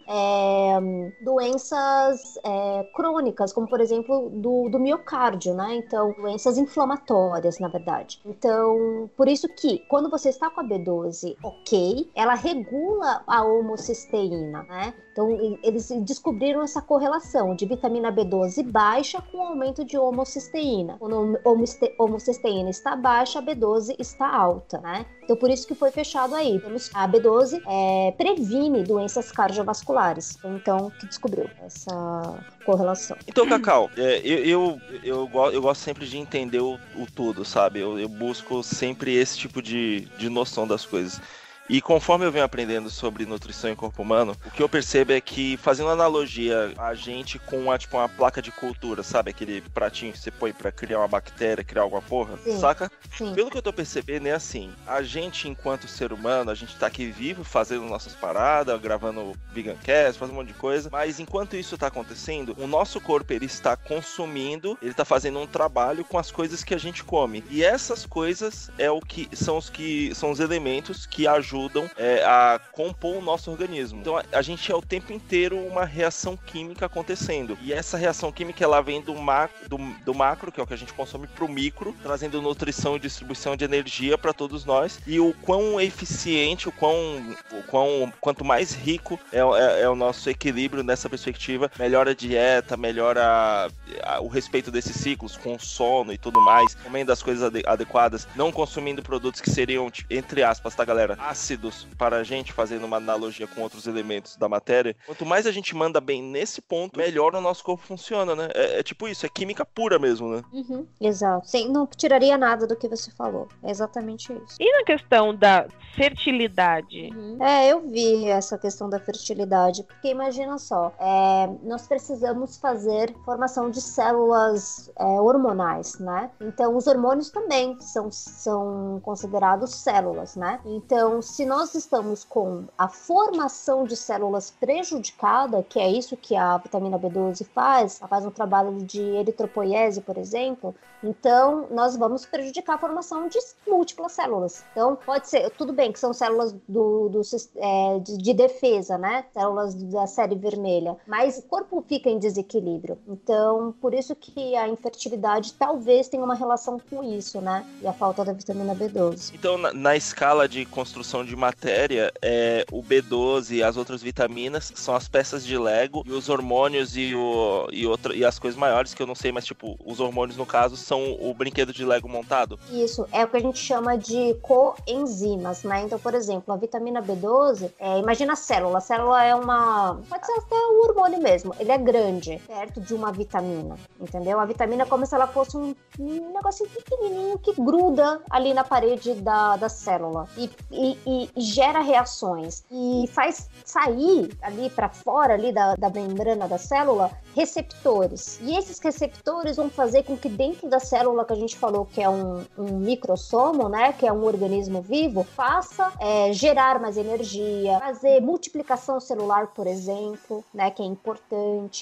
[SPEAKER 3] é, doenças é, crônicas, como por exemplo do, do miocárdio, né? Então, doenças inflamatórias, na verdade. Então, por isso que quando você está com a B doze ok, ela regula a homocisteína, né? Então, eles descobriram essa correlação de vitamina B doze baixa com aumento de homocisteína. Quando a homocisteína está baixa, a B doze está alta, né? Então, por isso que foi fechado aí. A B doze é, previne doenças cardiovasculares. Então, que descobriu essa correlação.
[SPEAKER 2] Então, Cacau, é, eu, eu, eu, eu, eu gosto sempre de entender o, o tudo, sabe? Eu, eu busco sempre esse tipo de, de noção das coisas. E conforme eu venho aprendendo sobre nutrição e corpo humano, o que eu percebo é que, fazendo analogia a gente com uma, tipo, uma placa de cultura, sabe? Aquele pratinho que você põe pra criar uma bactéria, criar alguma porra,
[SPEAKER 3] Sim.
[SPEAKER 2] saca?
[SPEAKER 3] Sim.
[SPEAKER 2] Pelo que eu tô percebendo, é assim, a gente, enquanto ser humano, a gente tá aqui vivo, fazendo nossas paradas, gravando Vegancast, fazendo um monte de coisa, mas enquanto isso tá acontecendo, o nosso corpo, ele está consumindo, ele tá fazendo um trabalho com as coisas que a gente come. E essas coisas é o que, são os que, são os elementos que ajudam ajudam é, a compor o nosso organismo. Então a, a gente é o tempo inteiro uma reação química acontecendo. E essa reação química, ela vem do, ma do, do macro, que é o que a gente consome, pro micro, trazendo nutrição e distribuição de energia para todos nós. E o quão eficiente, o quão, o quão quanto mais rico é, é, é o nosso equilíbrio nessa perspectiva, melhora a dieta, melhora a, a, o respeito desses ciclos, com sono e tudo mais, comendo as coisas ade adequadas, não consumindo produtos que seriam, entre aspas, tá, galera? Ácidos para a gente, fazendo uma analogia com outros elementos da matéria. Quanto mais a gente manda bem nesse ponto, melhor o nosso corpo funciona, né? É, é tipo isso, é química pura mesmo, né?
[SPEAKER 3] Uhum, exato. Sim, não tiraria nada do que você falou. É exatamente isso.
[SPEAKER 5] E na questão da fertilidade?
[SPEAKER 3] Uhum. É, eu vi essa questão da fertilidade, porque imagina só, é, nós precisamos fazer formação de células é, hormonais, né? Então, os hormônios também são, são considerados células, né? Então, se nós estamos com a formação de células prejudicada, que é isso que a vitamina B doze faz, ela faz um trabalho de eritropoiese, por exemplo, então nós vamos prejudicar a formação de múltiplas células. Então, pode ser, tudo bem que são células do, do, é, de, de defesa, né? Células da série vermelha, mas o corpo fica em desequilíbrio. Então, por isso que a infertilidade talvez tenha uma relação com isso, né? E a falta da vitamina B doze.
[SPEAKER 2] Então, na, na escala de construção de matéria, é, o B doze e as outras vitaminas são as peças de Lego, e os hormônios e, o, e, outra, e as coisas maiores, que eu não sei, mas tipo, os hormônios no caso são o brinquedo de Lego montado?
[SPEAKER 3] Isso, é o que a gente chama de coenzimas, né? Então, por exemplo, a vitamina B doze, é, imagina a célula, a célula é uma, pode ser até um hormônio mesmo, ele é grande, perto de uma vitamina, entendeu? A vitamina é como se ela fosse um, um negocinho pequenininho que gruda ali na parede da, da célula e, e, e gera reações e faz sair ali para fora ali da, da membrana da célula receptores, e esses receptores vão fazer com que dentro da célula, que a gente falou que é um, um microssomo, né, que é um organismo vivo, faça é, gerar mais energia, fazer multiplicação celular, por exemplo, né, que é importante.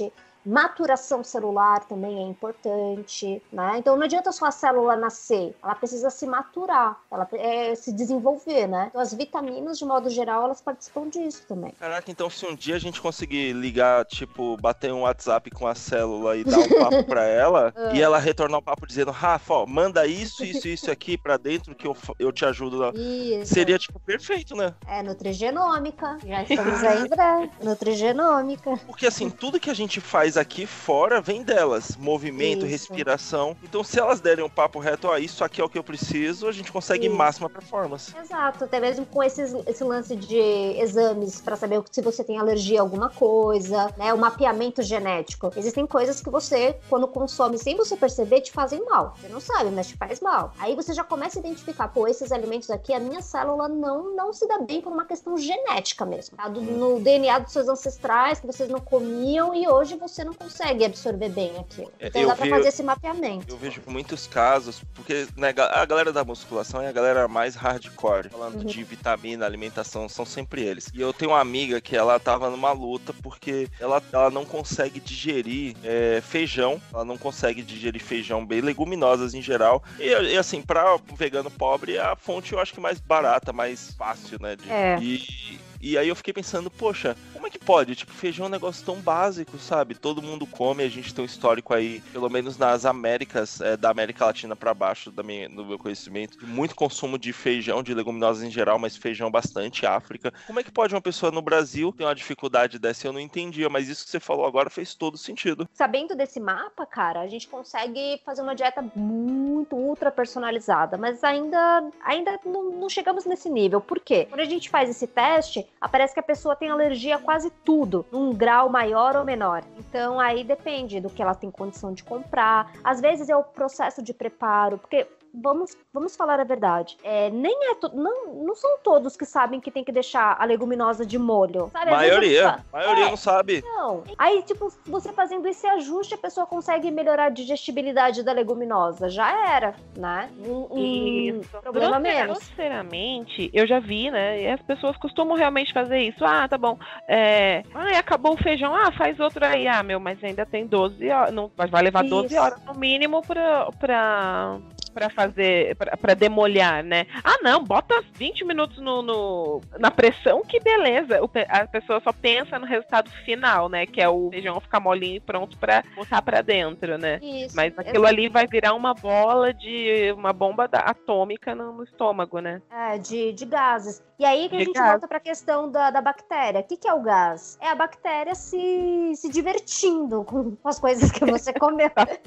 [SPEAKER 3] maturação celular também é importante, né? Então não adianta só a célula nascer, ela precisa se maturar, ela é, se desenvolver, né? Então as vitaminas, de modo geral, elas participam disso também.
[SPEAKER 2] Caraca, então se um dia a gente conseguir ligar, tipo, bater um WhatsApp com a célula e dar um papo pra ela, e ela retornar um papo dizendo, Rafa, ó, manda isso, isso, isso aqui pra dentro que eu, eu te ajudo. Lá. Seria, tipo, perfeito, né?
[SPEAKER 3] É, nutrigenômica. Já estamos aí em breve. Nutrigenômica.
[SPEAKER 2] Porque, assim, tudo que a gente faz aqui fora vem delas. Movimento, isso. respiração. Então, se elas derem um papo reto, ó, isso aqui é o que eu preciso, a gente consegue isso. máxima performance.
[SPEAKER 3] Exato. Até mesmo com esses, esse lance de exames pra saber se você tem alergia a alguma coisa, né? O mapeamento genético. Existem coisas que você, quando consome sem você perceber, te fazem mal. Você não sabe, mas te faz mal. Aí você já começa a identificar, pô, esses alimentos aqui, a minha célula não, não se dá bem por uma questão genética mesmo. Tá? Do, no D N A dos seus ancestrais, que vocês não comiam e hoje você não consegue absorver bem aquilo. Então eu dá pra vi, fazer esse mapeamento.
[SPEAKER 2] Eu vejo muitos casos, porque né, a galera da musculação é a galera mais hardcore, falando uhum. de vitamina, alimentação, são sempre eles. E eu tenho uma amiga que ela tava numa luta porque ela, ela não consegue digerir é, feijão, ela não consegue digerir feijão bem, leguminosas em geral. E, e assim, pra um vegano pobre, a fonte eu acho que mais barata, mais fácil, né? De,
[SPEAKER 3] é.
[SPEAKER 2] E, e aí eu fiquei pensando, poxa, como é que pode? Tipo, feijão é um negócio tão básico, sabe? Todo mundo come, a gente tem um histórico aí, pelo menos nas Américas, é, da América Latina pra baixo, da minha, do meu conhecimento, de muito consumo de feijão, de leguminosas em geral, mas feijão bastante, África. Como é que pode uma pessoa no Brasil ter uma dificuldade dessa? Eu não entendia, mas isso que você falou agora fez todo sentido.
[SPEAKER 3] Sabendo desse mapa, cara, a gente consegue fazer uma dieta muito ultra personalizada, mas ainda, ainda não, não chegamos nesse nível. Por quê? Quando a gente faz esse teste, aparece que a pessoa tem alergia a quase tudo, num grau maior ou menor. Então aí depende do que ela tem condição de comprar. Às vezes é o processo de preparo, porque Vamos, vamos falar a verdade. É, nem é to... não, não são todos que sabem que tem que deixar a leguminosa de molho. Sabe?
[SPEAKER 2] Maioria. A maioria é, não sabe.
[SPEAKER 3] Não. Aí, tipo, você fazendo esse ajuste, a pessoa consegue melhorar a digestibilidade da leguminosa. Já era, né? Um, um
[SPEAKER 5] isso.
[SPEAKER 3] problema menos.
[SPEAKER 5] Sinceramente, eu já vi, né? E as pessoas costumam realmente fazer isso. Ah, tá bom. É... Ah, acabou o feijão. Ah, faz outro aí. Ah, meu, mas ainda tem doze horas. Não, vai levar doze isso. horas no mínimo pra... pra... pra fazer, pra, pra demolhar, né? Ah, não, bota vinte minutos no, no, na pressão, que beleza. O, a pessoa só pensa no resultado final, né? Que é o feijão ficar molinho e pronto pra botar pra dentro, né?
[SPEAKER 3] Isso,
[SPEAKER 5] mas aquilo ali vai virar uma bola de... uma bomba da, atômica no, no estômago, né?
[SPEAKER 3] É, de, de gases. E aí que a
[SPEAKER 5] de
[SPEAKER 3] gente
[SPEAKER 5] gás.
[SPEAKER 3] volta pra questão da, da bactéria. O que, que é o gás? É a bactéria se, se divertindo com as coisas que você comeu.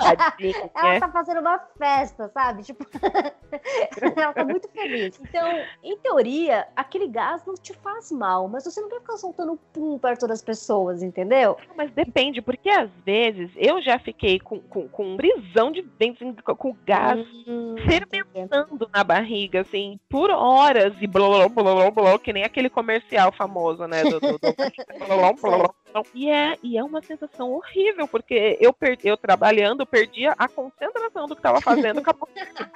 [SPEAKER 3] Ela tá fazendo uma festa, sabe? Tipo, ela tá muito feliz. Então, em teoria, aquele gás não te faz mal, mas você não vai ficar soltando pum perto das pessoas, entendeu?
[SPEAKER 5] Mas depende, porque às vezes eu já fiquei com, com, com prisão de dentes, com gás hum, fermentando na barriga, assim, por horas, e blá, blá, blá, blá, blá, que nem aquele comercial famoso, né? Do, do, do... blá, blá, blá. E é, e é uma sensação horrível, porque eu, per, eu trabalhando, eu perdia a concentração do que tava fazendo. Acabou.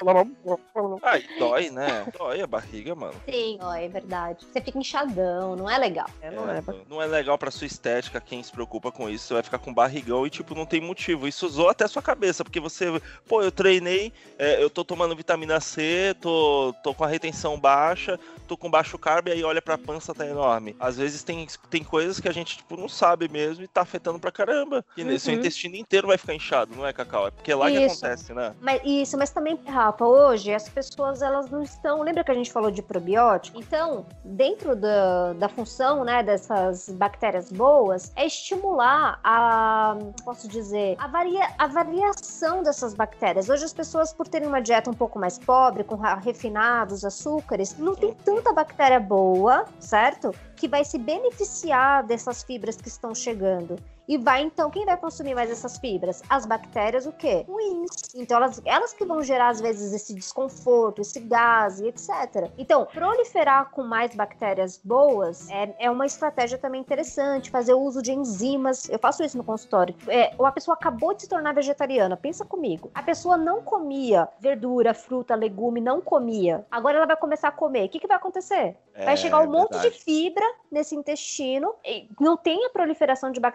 [SPEAKER 2] Ai, dói, né? Dói a barriga, mano.
[SPEAKER 3] Sim, dói, é verdade. Você fica inchadão, não é legal.
[SPEAKER 2] É, não, é, não é legal pra sua estética, quem se preocupa com isso, você vai ficar com barrigão e, tipo, não tem motivo. Isso usou até sua cabeça, porque você, pô, eu treinei, é, eu tô tomando vitamina C, tô, tô com a retenção baixa, tô com baixo carbo, e aí olha pra pança, tá enorme. Às vezes tem, tem coisas que a gente, tipo, não sabe mesmo e tá afetando pra caramba. E uhum. seu intestino inteiro vai ficar inchado, não é, Cacau? É porque é lá isso. que acontece, né?
[SPEAKER 3] Mas, isso, mas também, Rafa, hoje as pessoas, elas não estão... Lembra que a gente falou de probiótico? Então, dentro da, da função, né, dessas bactérias boas, é estimular a, posso dizer, a, varia, a variação dessas bactérias. Hoje as pessoas, por terem uma dieta um pouco mais pobre, com refinados, açúcares, não tem tanta bactéria boa, certo? Que vai se beneficiar dessas fibras que estão chegando. E vai, então, quem vai consumir mais essas fibras? As bactérias, o quê? Ruins. Então, elas, elas que vão gerar, às vezes, esse desconforto, esse gás e etcétera. Então, proliferar com mais bactérias boas é, é uma estratégia também interessante. Fazer uso de enzimas. Eu faço isso no consultório. É, a pessoa acabou de se tornar vegetariana. Pensa comigo. A pessoa não comia verdura, fruta, legume, não comia. Agora ela vai começar a comer. O que, que vai acontecer? É, vai chegar um monte verdade. de fibra nesse intestino. E não tem a proliferação de bactérias boas.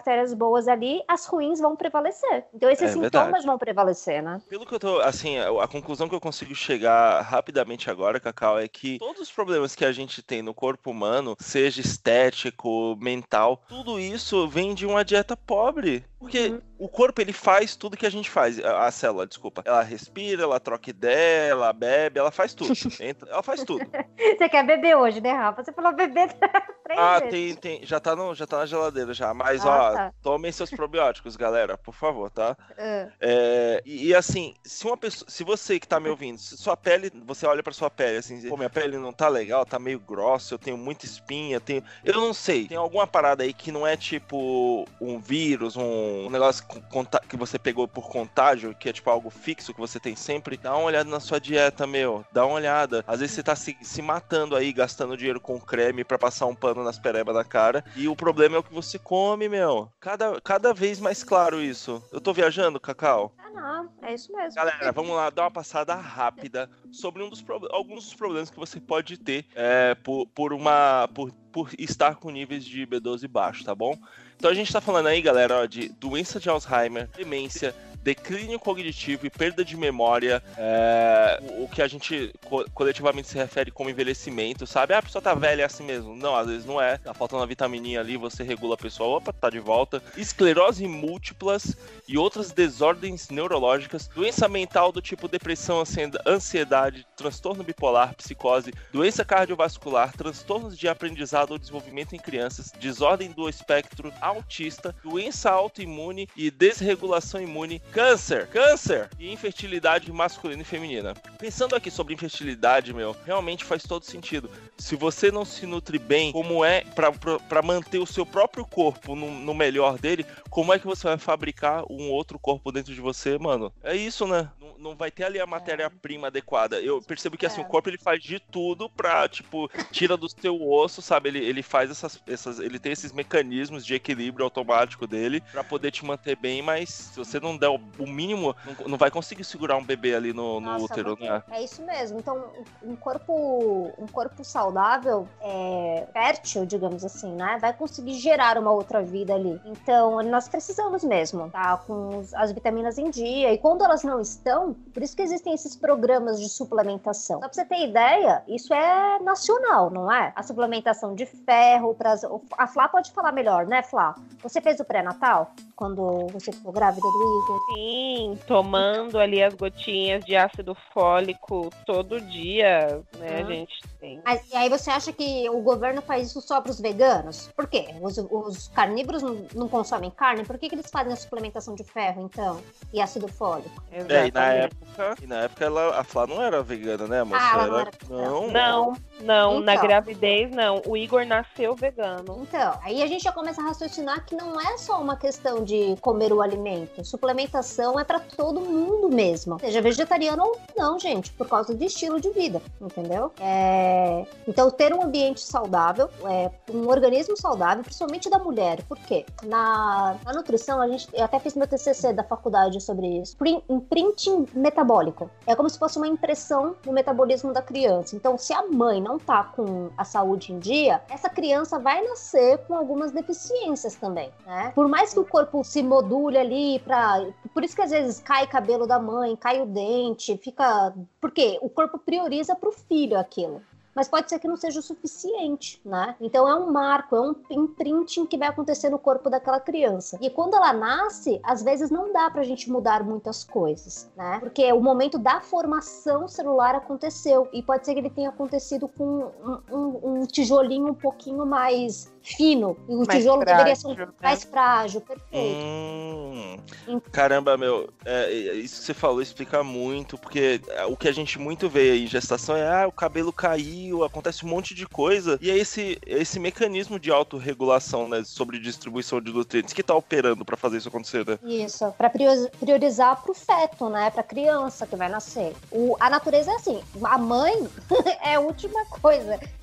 [SPEAKER 3] boas ali, as ruins vão prevalecer. Então esses
[SPEAKER 2] É
[SPEAKER 3] sintomas
[SPEAKER 2] verdade.
[SPEAKER 3] vão prevalecer, né?
[SPEAKER 2] Pelo que eu tô, assim, a a conclusão que eu consigo chegar rapidamente agora, Cacau, é que todos os problemas que a gente tem no corpo humano, seja estético, mental, tudo isso vem de uma dieta pobre. Porque
[SPEAKER 3] Uhum.
[SPEAKER 2] o corpo, ele faz tudo que a gente faz. A, a célula, desculpa. Ela respira, ela troca ideia, ela bebe, ela faz tudo. Entra- ela faz tudo.
[SPEAKER 3] Você quer beber hoje, né, Rafa? Você falou beber três
[SPEAKER 2] Ah,
[SPEAKER 3] vezes.
[SPEAKER 2] tem, tem. Já tá, no, já tá na geladeira já. Mas,
[SPEAKER 3] Ah,
[SPEAKER 2] ó,
[SPEAKER 3] tá.
[SPEAKER 2] tomem seus probióticos, galera, por favor, tá?
[SPEAKER 3] Ah,
[SPEAKER 2] É, e, e, assim, se uma pessoa, se você que tá me ouvindo, se sua pele, você olha pra sua pele assim, diz, pô, minha pele não tá legal, tá meio grossa, eu tenho muita espinha, tenho, eu não sei, tem alguma parada aí que não é tipo um vírus, um, um negócio com conta- que você pegou por contágio, que é tipo algo fixo que você tem sempre, dá uma olhada na sua dieta, meu, dá uma olhada. Às vezes você tá se, se matando aí, gastando dinheiro com creme pra passar um pano nas perebas da cara, e o problema é o que você come, meu. Cada, cada vez mais claro isso. Eu tô viajando, Cacau?
[SPEAKER 3] ah, não, é isso mesmo.
[SPEAKER 2] Galera, vamos lá dar uma passada rápida sobre um dos pro- alguns dos problemas que você pode ter é, por, por, uma, por, por estar com níveis de B doze baixo, tá bom? Então a gente tá falando aí, galera, ó, de doença de Alzheimer, demência, declínio cognitivo e perda de memória, é, o, o que a gente co- coletivamente se refere como envelhecimento, sabe? Ah, a pessoa tá velha, é assim mesmo. Não, às vezes não é. Tá faltando uma vitamininha ali, você regula a pessoa, opa, tá de volta. Esclerose múltiplas e outras desordens neurológicas, doença mental do tipo depressão, ansieda- ansiedade, transtorno bipolar, psicose, doença cardiovascular, transtornos de aprendizado ou desenvolvimento em crianças, desordem do espectro autista, doença autoimune e desregulação imune, câncer, câncer e infertilidade masculina e feminina. Pensando aqui sobre infertilidade, meu, realmente faz todo sentido. Se você não se nutre bem, como é pra, pra, pra manter o seu próprio corpo no, no melhor dele, como é que você vai fabricar um outro corpo dentro de você, mano? É isso, né? Não, não vai ter ali a matéria-prima adequada. Eu percebo que assim,
[SPEAKER 3] É.
[SPEAKER 2] o corpo ele faz de tudo pra, tipo, tira do seu osso, sabe? Ele, ele faz essas, essas. Ele tem esses mecanismos de equilíbrio automático dele pra poder te manter bem, mas se você não der o, o mínimo, não, não vai conseguir segurar um bebê ali no, no
[SPEAKER 3] Nossa,
[SPEAKER 2] útero,
[SPEAKER 3] muito-
[SPEAKER 2] né?
[SPEAKER 3] É isso mesmo. Então, um corpo, um corpo saudável, é, fértil, digamos assim, né? Vai conseguir gerar uma outra vida ali. Então, nós precisamos mesmo, tá? Com os- as vitaminas em dia. E quando elas não estão, por isso que existem esses programas de suplementação. Só pra você ter ideia, isso é nacional, não é? A suplementação de ferro, pras, a Flá pode falar melhor, né, Flá? Você fez o pré-natal? Quando você ficou grávida do Igor?
[SPEAKER 5] Sim, tomando ali as gotinhas de ácido fólico todo dia, né,
[SPEAKER 3] Uhum.
[SPEAKER 5] a gente tem.
[SPEAKER 3] Mas, e aí você acha que o governo faz isso só para os veganos? Por quê? Os, os carnívoros não, não consomem carne? Por que, que eles fazem a suplementação de ferro, então? E ácido fólico?
[SPEAKER 2] É, e na
[SPEAKER 5] Exatamente.
[SPEAKER 2] época, e na época ela, a Flá não era vegana, né, moça?
[SPEAKER 3] Ah, ela não era
[SPEAKER 2] não,
[SPEAKER 5] Não, não, na
[SPEAKER 3] Então.
[SPEAKER 5] gravidez não. O Igor nasceu vegano.
[SPEAKER 3] Então, aí a gente já começa a raciocinar que não é só uma questão de comer o alimento. Suplementação é para todo mundo mesmo. Seja vegetariano ou não, gente, por causa do estilo de vida, entendeu? É... Então, ter um ambiente saudável, é, um organismo saudável, principalmente da mulher. Por quê? Na, na nutrição, a gente, eu até fiz meu T C C da faculdade sobre isso. Prin- Imprinting metabólico. É como se fosse uma impressão no metabolismo da criança. Então, se a mãe não tá com a saúde em dia, essa criança vai nascer com algumas deficiências também, né? Por mais que o corpo se module ali pra... Por isso que às vezes cai cabelo da mãe, cai o dente, fica... Porque o corpo prioriza pro filho aquilo. Mas pode ser que não seja o suficiente, né? Então é um marco, é um imprinting que vai acontecer no corpo daquela criança. E quando ela nasce, às vezes não dá pra gente mudar muitas coisas, né? Porque o momento da formação celular aconteceu. E pode ser que ele tenha acontecido com um, um, um tijolinho um pouquinho mais fino. E o
[SPEAKER 5] Mais
[SPEAKER 3] tijolo
[SPEAKER 5] frágil,
[SPEAKER 3] deveria ser um
[SPEAKER 5] né?
[SPEAKER 3] mais frágil, perfeito.
[SPEAKER 2] Hum,
[SPEAKER 3] Hum.
[SPEAKER 2] caramba, meu, é, é, isso que você falou explica muito, porque é, o que a gente muito vê aí em gestação é, ah, o cabelo caiu, acontece um monte de coisa, e é esse, esse mecanismo de autorregulação, né, sobre distribuição de nutrientes que tá operando pra fazer isso acontecer, né?
[SPEAKER 3] Isso, para priorizar pro feto, né? Pra criança que vai nascer. O, a natureza é assim, a mãe é a última coisa.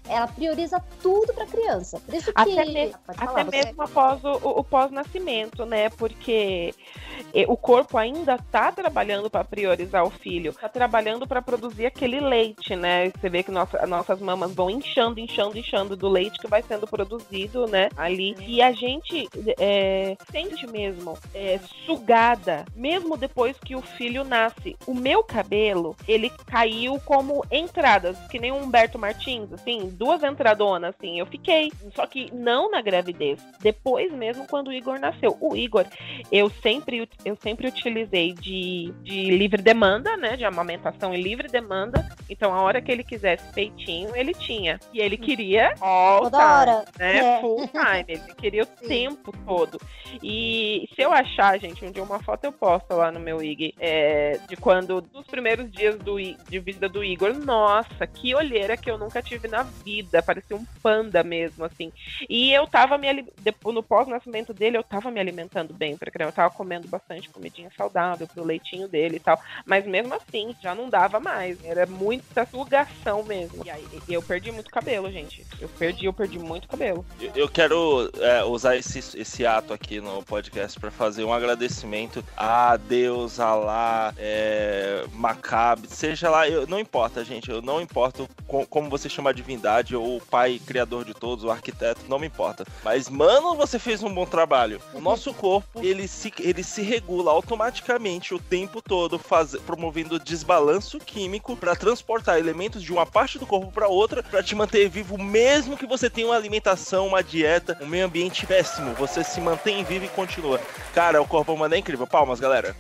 [SPEAKER 3] ela prioriza tudo pra criança. Por isso que...
[SPEAKER 5] Até, me,
[SPEAKER 3] falar,
[SPEAKER 5] até
[SPEAKER 3] você...
[SPEAKER 5] mesmo após o, o pós-nascimento, né? Porque o corpo ainda tá trabalhando para priorizar o filho, tá trabalhando para produzir aquele leite, né? Você vê que nossa, nossas mamas vão inchando, inchando, inchando do leite que vai sendo produzido, né? Ali. E a gente é, sente mesmo é, sugada, mesmo depois que o filho nasce. O meu cabelo, ele caiu como entradas, que nem um Humberto Martins, assim, duas entradonas, assim, eu fiquei. Só que não na gravidez, depois mesmo quando o Igor nasceu. O Igor, eu sempre, eu sempre utilizei de, de livre demanda, né, de amamentação em livre demanda, então a hora que ele quisesse peitinho, ele tinha. E ele queria all
[SPEAKER 3] Toda
[SPEAKER 5] time,
[SPEAKER 3] hora.
[SPEAKER 5] né,
[SPEAKER 3] É.
[SPEAKER 5] full time, ele queria o
[SPEAKER 3] Sim.
[SPEAKER 5] tempo todo. E se eu achar, gente, um dia uma foto eu posto lá no meu I G, é, de quando, dos primeiros dias do, de vida do Igor, nossa, que olheira que eu nunca tive na vida, parecia um panda mesmo, assim. E eu tava me depois, no pós-nascimento dele, eu tava me alimentando bem pra criança, eu tava comendo bastante comidinha saudável pro leitinho dele e tal, mas mesmo assim, já não dava mais, era muita sugação mesmo. E aí, eu perdi muito cabelo, gente. Eu perdi, eu perdi muito cabelo.
[SPEAKER 2] Eu, eu quero é, usar esse, esse ato aqui no podcast pra fazer um agradecimento a Deus, Alá, é, Macabe, seja lá, eu, não importa, gente, eu não importo com, como você chama a divindade, ou o pai criador de todos, o arquiteto, não me importa. Mas, mano, você fez um bom trabalho. O nosso corpo, ele se, ele se regula automaticamente o tempo todo, faz, promovendo desbalanço químico pra transportar elementos de uma parte do corpo pra outra, pra te manter vivo, mesmo que você tenha uma alimentação, uma dieta, um meio ambiente péssimo. Você se mantém vivo e continua. Cara, o corpo humano é incrível. Palmas, galera.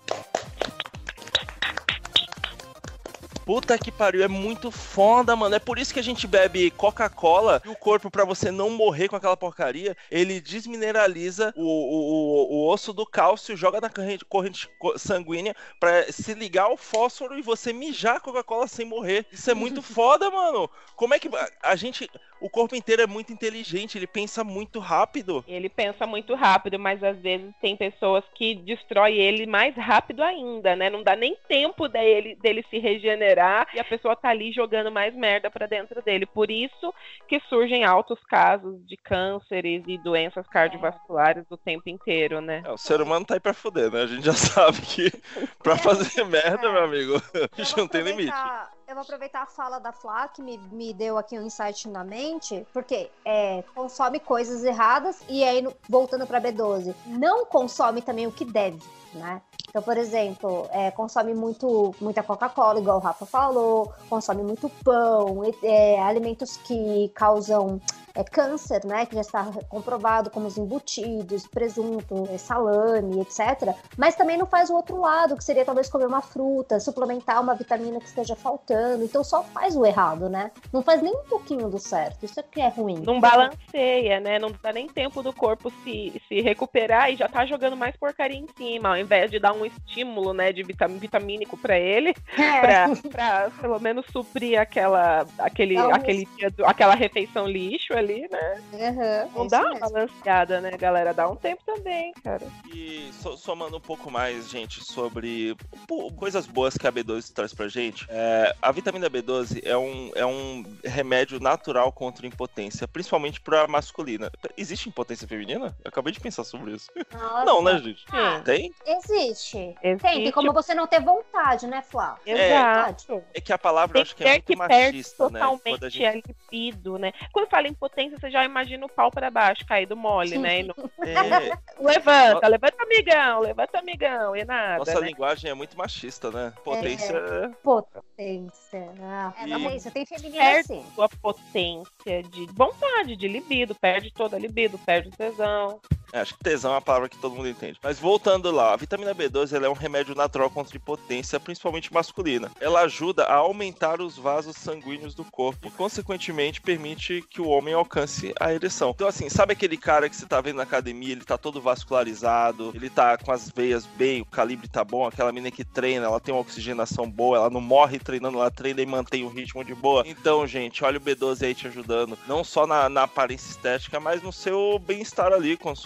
[SPEAKER 2] Puta que pariu, é muito foda, mano. É por isso que a gente bebe Coca-Cola e o corpo, pra você não morrer com aquela porcaria, ele desmineraliza o, o, o, o osso do cálcio, joga na corrente, corrente sanguínea pra se ligar ao fósforo e você mijar Coca-Cola sem morrer. Isso é muito foda, mano. Como é que a gente... O corpo inteiro é muito inteligente, ele pensa muito rápido.
[SPEAKER 5] Ele pensa muito rápido, mas às vezes tem pessoas que destroem ele mais rápido ainda, né? Não dá nem tempo dele, dele se regenerar e a pessoa tá ali jogando mais merda pra dentro dele. Por isso que surgem altos casos de cânceres e doenças cardiovasculares o tempo inteiro, né?
[SPEAKER 2] É, o ser humano tá aí pra fuder, né? A gente já sabe que pra fazer merda, meu amigo, a gente não tem limite.
[SPEAKER 3] Eu vou aproveitar a fala da Flá, que me, me deu aqui um insight na mente, porque é, consome coisas erradas e aí, no, voltando para B doze, não consome também o que deve, né? Então, por exemplo, é, consome muito, muita Coca-Cola, igual o Rafa falou, consome muito pão, é, alimentos que causam é, câncer, né? Que já está comprovado, como os embutidos, presunto, salame, etcétera. Mas também não faz o outro lado, que seria talvez comer uma fruta, suplementar uma vitamina que esteja faltando. Então só faz o errado, né? Não faz nem um pouquinho do certo. Isso é que é ruim.
[SPEAKER 5] Não balanceia, né? Não dá nem tempo do corpo se, se recuperar e já tá jogando mais porcaria em cima, ao invés de dar um estímulo, né, de vitam, vitamínico pra ele, é. pra, pra pelo menos suprir aquela, aquele, aquele dia do, aquela refeição lixo ali, né?
[SPEAKER 3] Uhum,
[SPEAKER 5] não
[SPEAKER 3] é
[SPEAKER 5] dá uma balanceada, né, galera? Dá um tempo também, cara.
[SPEAKER 2] E so, somando um pouco mais, gente, sobre pô, coisas boas que a B doze traz pra gente, é, a vitamina B doze é um, é um remédio natural contra impotência, principalmente pra masculina. Existe impotência feminina? Eu acabei de pensar sobre isso.
[SPEAKER 3] Nossa.
[SPEAKER 2] Não, né, gente?
[SPEAKER 3] Ah,
[SPEAKER 2] tem?
[SPEAKER 3] Existe.
[SPEAKER 5] Existe.
[SPEAKER 3] Tem, como você não ter vontade, né, Flá?
[SPEAKER 5] Exato.
[SPEAKER 2] É que a palavra eu acho que é muito
[SPEAKER 5] que
[SPEAKER 2] machista, né?
[SPEAKER 5] Totalmente a, gente... a libido, né? Quando fala impotência, você já imagina o pau pra baixo, caído mole, né? No...
[SPEAKER 2] É...
[SPEAKER 5] levanta, no... levanta, amigão, levanta, amigão, e nada.
[SPEAKER 2] Nossa
[SPEAKER 5] né?
[SPEAKER 2] linguagem é muito machista, né? Potência.
[SPEAKER 3] É... Potência. Ah, é,
[SPEAKER 2] e...
[SPEAKER 3] potência. Tem feminino
[SPEAKER 5] perde
[SPEAKER 3] assim.
[SPEAKER 5] Sua potência de vontade, de libido, perde toda a libido, perde o tesão.
[SPEAKER 2] É, acho que tesão é uma palavra que todo mundo entende. Mas voltando lá, a vitamina B doze ela é um remédio natural contra impotência, principalmente masculina. Ela ajuda a aumentar os vasos sanguíneos do corpo e, consequentemente, permite que o homem alcance a ereção. Então, assim, sabe aquele cara que você tá vendo na academia, ele tá todo vascularizado, ele tá com as veias bem, o calibre tá bom, aquela menina que treina, ela tem uma oxigenação boa, ela não morre treinando, ela treina e mantém o ritmo de boa. Então, gente, olha o B doze aí te ajudando, não só na, na aparência estética, mas no seu bem-estar ali, com sua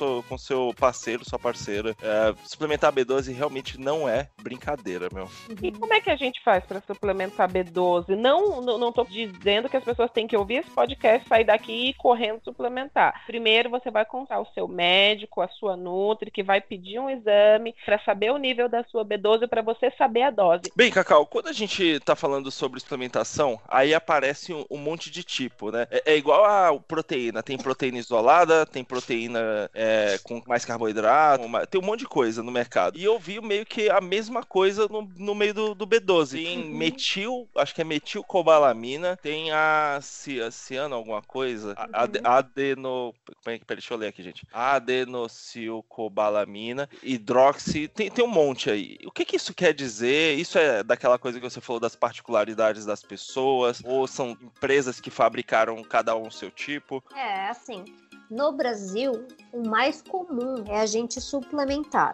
[SPEAKER 2] seu, com seu parceiro, sua parceira. É, suplementar B doze realmente não é brincadeira, meu.
[SPEAKER 5] E como é que a gente faz pra suplementar B doze? Não, não, não tô dizendo que as pessoas têm que ouvir esse podcast, sair daqui e ir correndo suplementar. Primeiro você vai contar o seu médico, a sua nutri, que vai pedir um exame pra saber o nível da sua B doze pra você saber a dose.
[SPEAKER 2] Bem, Cacau, quando a gente tá falando sobre suplementação, aí aparece um, um monte de tipo, né? É, é igual a proteína. Tem proteína isolada, tem proteína é, com mais carboidrato, uma, tem um monte de coisa no mercado. E eu vi meio que a mesma coisa no, no meio do, do B doze. Tem uhum. metil, acho que é metilcobalamina, tem a, ci, a ciano alguma coisa, uhum. ad, adeno... Como é que, peraí, deixa eu ler aqui, gente. Adenocilcobalamina, hidroxi, tem, tem um monte aí. O que que isso quer dizer? Isso é daquela coisa que você falou das particularidades das pessoas? Ou são empresas que fabricaram cada um o seu tipo?
[SPEAKER 3] É, assim... No Brasil, o mais comum é a gente suplementar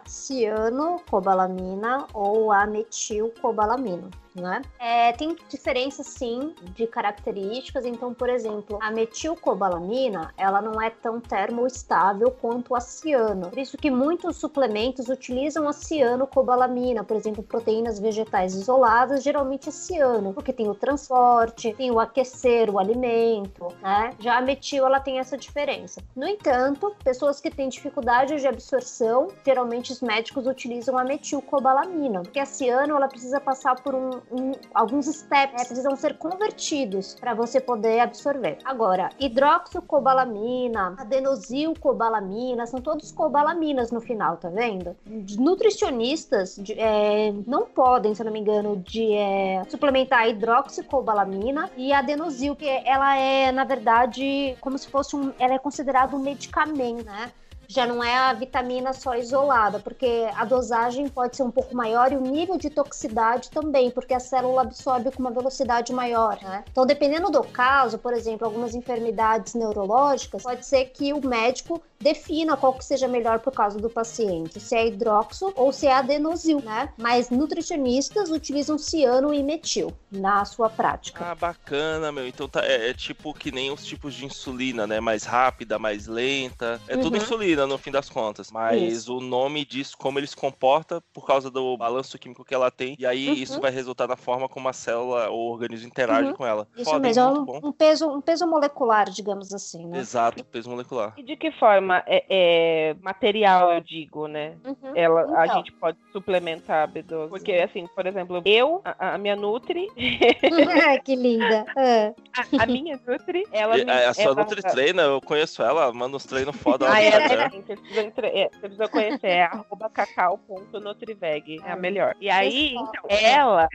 [SPEAKER 3] cianocobalamina ou ametilcobalamina, né? É, tem diferença, sim, de características. Então, por exemplo, a metilcobalamina, ela não é tão termoestável quanto a ciano. Por isso que muitos suplementos utilizam a cianocobalamina, por exemplo, proteínas vegetais isoladas, geralmente é ciano, porque tem o transporte, tem o aquecer o alimento, né? Já a metil, ela tem essa diferença. No entanto, pessoas que têm dificuldade de absorção, geralmente os médicos utilizam a metilcobalamina, porque a ciano, ela precisa passar por um, um, alguns steps, né, precisam ser convertidos para você poder absorver. Agora, hidroxicobalamina, adenosilcobalamina, são todos cobalaminas no final, tá vendo? Nutricionistas de, é, não podem, se eu não me engano, de é, suplementar a hidroxicobalamina e a adenosil, que ela é, na verdade, como se fosse um, ela é considerada um medicamento, né? Já não é a vitamina só isolada, porque a dosagem pode ser um pouco maior e o nível de toxicidade também, porque a célula absorve com uma velocidade maior, né? Então, dependendo do caso, por exemplo, algumas enfermidades neurológicas, pode ser que o médico defina qual que seja melhor pro caso do paciente, se é hidroxo ou se é adenosil, né? Mas nutricionistas utilizam ciano e metil na sua prática.
[SPEAKER 2] Ah, bacana, meu. Então tá, é, é tipo que nem os tipos de insulina, né? Mais rápida, mais lenta. É uhum. tudo insulina, no fim das contas. Mas isso. O nome diz como ele se comporta por causa do balanço químico que ela tem. E aí uhum. isso vai resultar na forma como a célula ou o organismo interage uhum. com ela.
[SPEAKER 3] Isso
[SPEAKER 2] Foda,
[SPEAKER 3] mesmo, é
[SPEAKER 2] muito
[SPEAKER 3] um,
[SPEAKER 2] bom.
[SPEAKER 3] um, peso, um peso molecular, digamos assim, né?
[SPEAKER 2] Exato, peso molecular.
[SPEAKER 5] E de que forma é, é material, eu digo, né? Uhum. Ela, então. A gente pode suplementar a B doze. Porque, assim, por exemplo, eu, a, a minha Nutri...
[SPEAKER 3] Que linda! É.
[SPEAKER 5] A, a minha Nutri, ela...
[SPEAKER 2] E,
[SPEAKER 5] me,
[SPEAKER 2] a sua
[SPEAKER 5] ela...
[SPEAKER 2] Nutri treina, eu conheço ela, manda uns treinos foda lá.
[SPEAKER 5] Ah, é, é, você, precisa entre... é, você precisa conhecer, é arroba cacau ponto nutriveg, é a melhor. E aí, então, ela...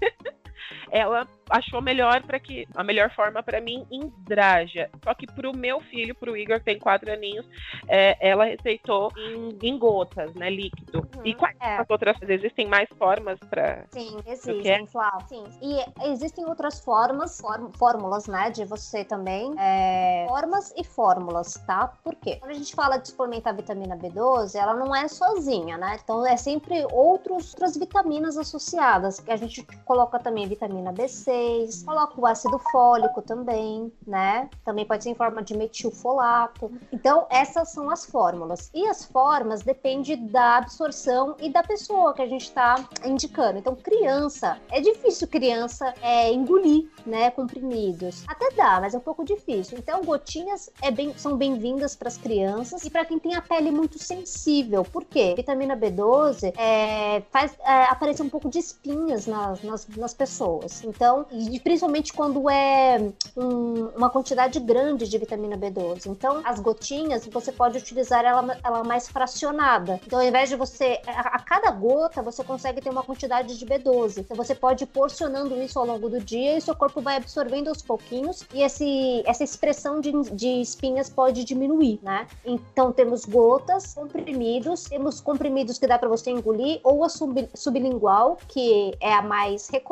[SPEAKER 5] ela achou melhor para que a melhor forma para mim Indraja. Só que pro meu filho, pro Igor, que tem quatro aninhos, é, ela receitou em, em gotas, né, líquido. Uhum, e quais é. as outras? Existem mais formas para?
[SPEAKER 3] Sim, existem, Flávio. Sim. E existem outras formas, form, fórmulas, né, de você também, é, formas e fórmulas, tá? Por quê? Quando a gente fala de suplementar a vitamina B doze, ela não é sozinha, né? Então é sempre outros, outras vitaminas associadas, que a gente coloca também vitamina B seis, coloca o ácido fólico também, né? Também pode ser em forma de metilfolato. Então, essas são as fórmulas. E as formas dependem da absorção e da pessoa que a gente está indicando. Então, criança, é difícil criança é, engolir, né, comprimidos. Até dá, mas é um pouco difícil. Então, gotinhas é bem, são bem-vindas para as crianças e para quem tem a pele muito sensível. Por quê? Vitamina B doze é, faz é, aparecer um pouco de espinhas nas, nas, nas pessoas. Então, e principalmente quando é um, uma quantidade grande de vitamina B doze. Então, as gotinhas, você pode utilizar ela, ela mais fracionada. Então, ao invés de você... A, a cada gota, você consegue ter uma quantidade de B doze. Então, você pode ir porcionando isso ao longo do dia e seu corpo vai absorvendo aos pouquinhos e esse, essa expressão de, de espinhas pode diminuir, né? Então, temos gotas, comprimidos, temos comprimidos que dá para você engolir ou a sub, sublingual, que é a mais recomendada.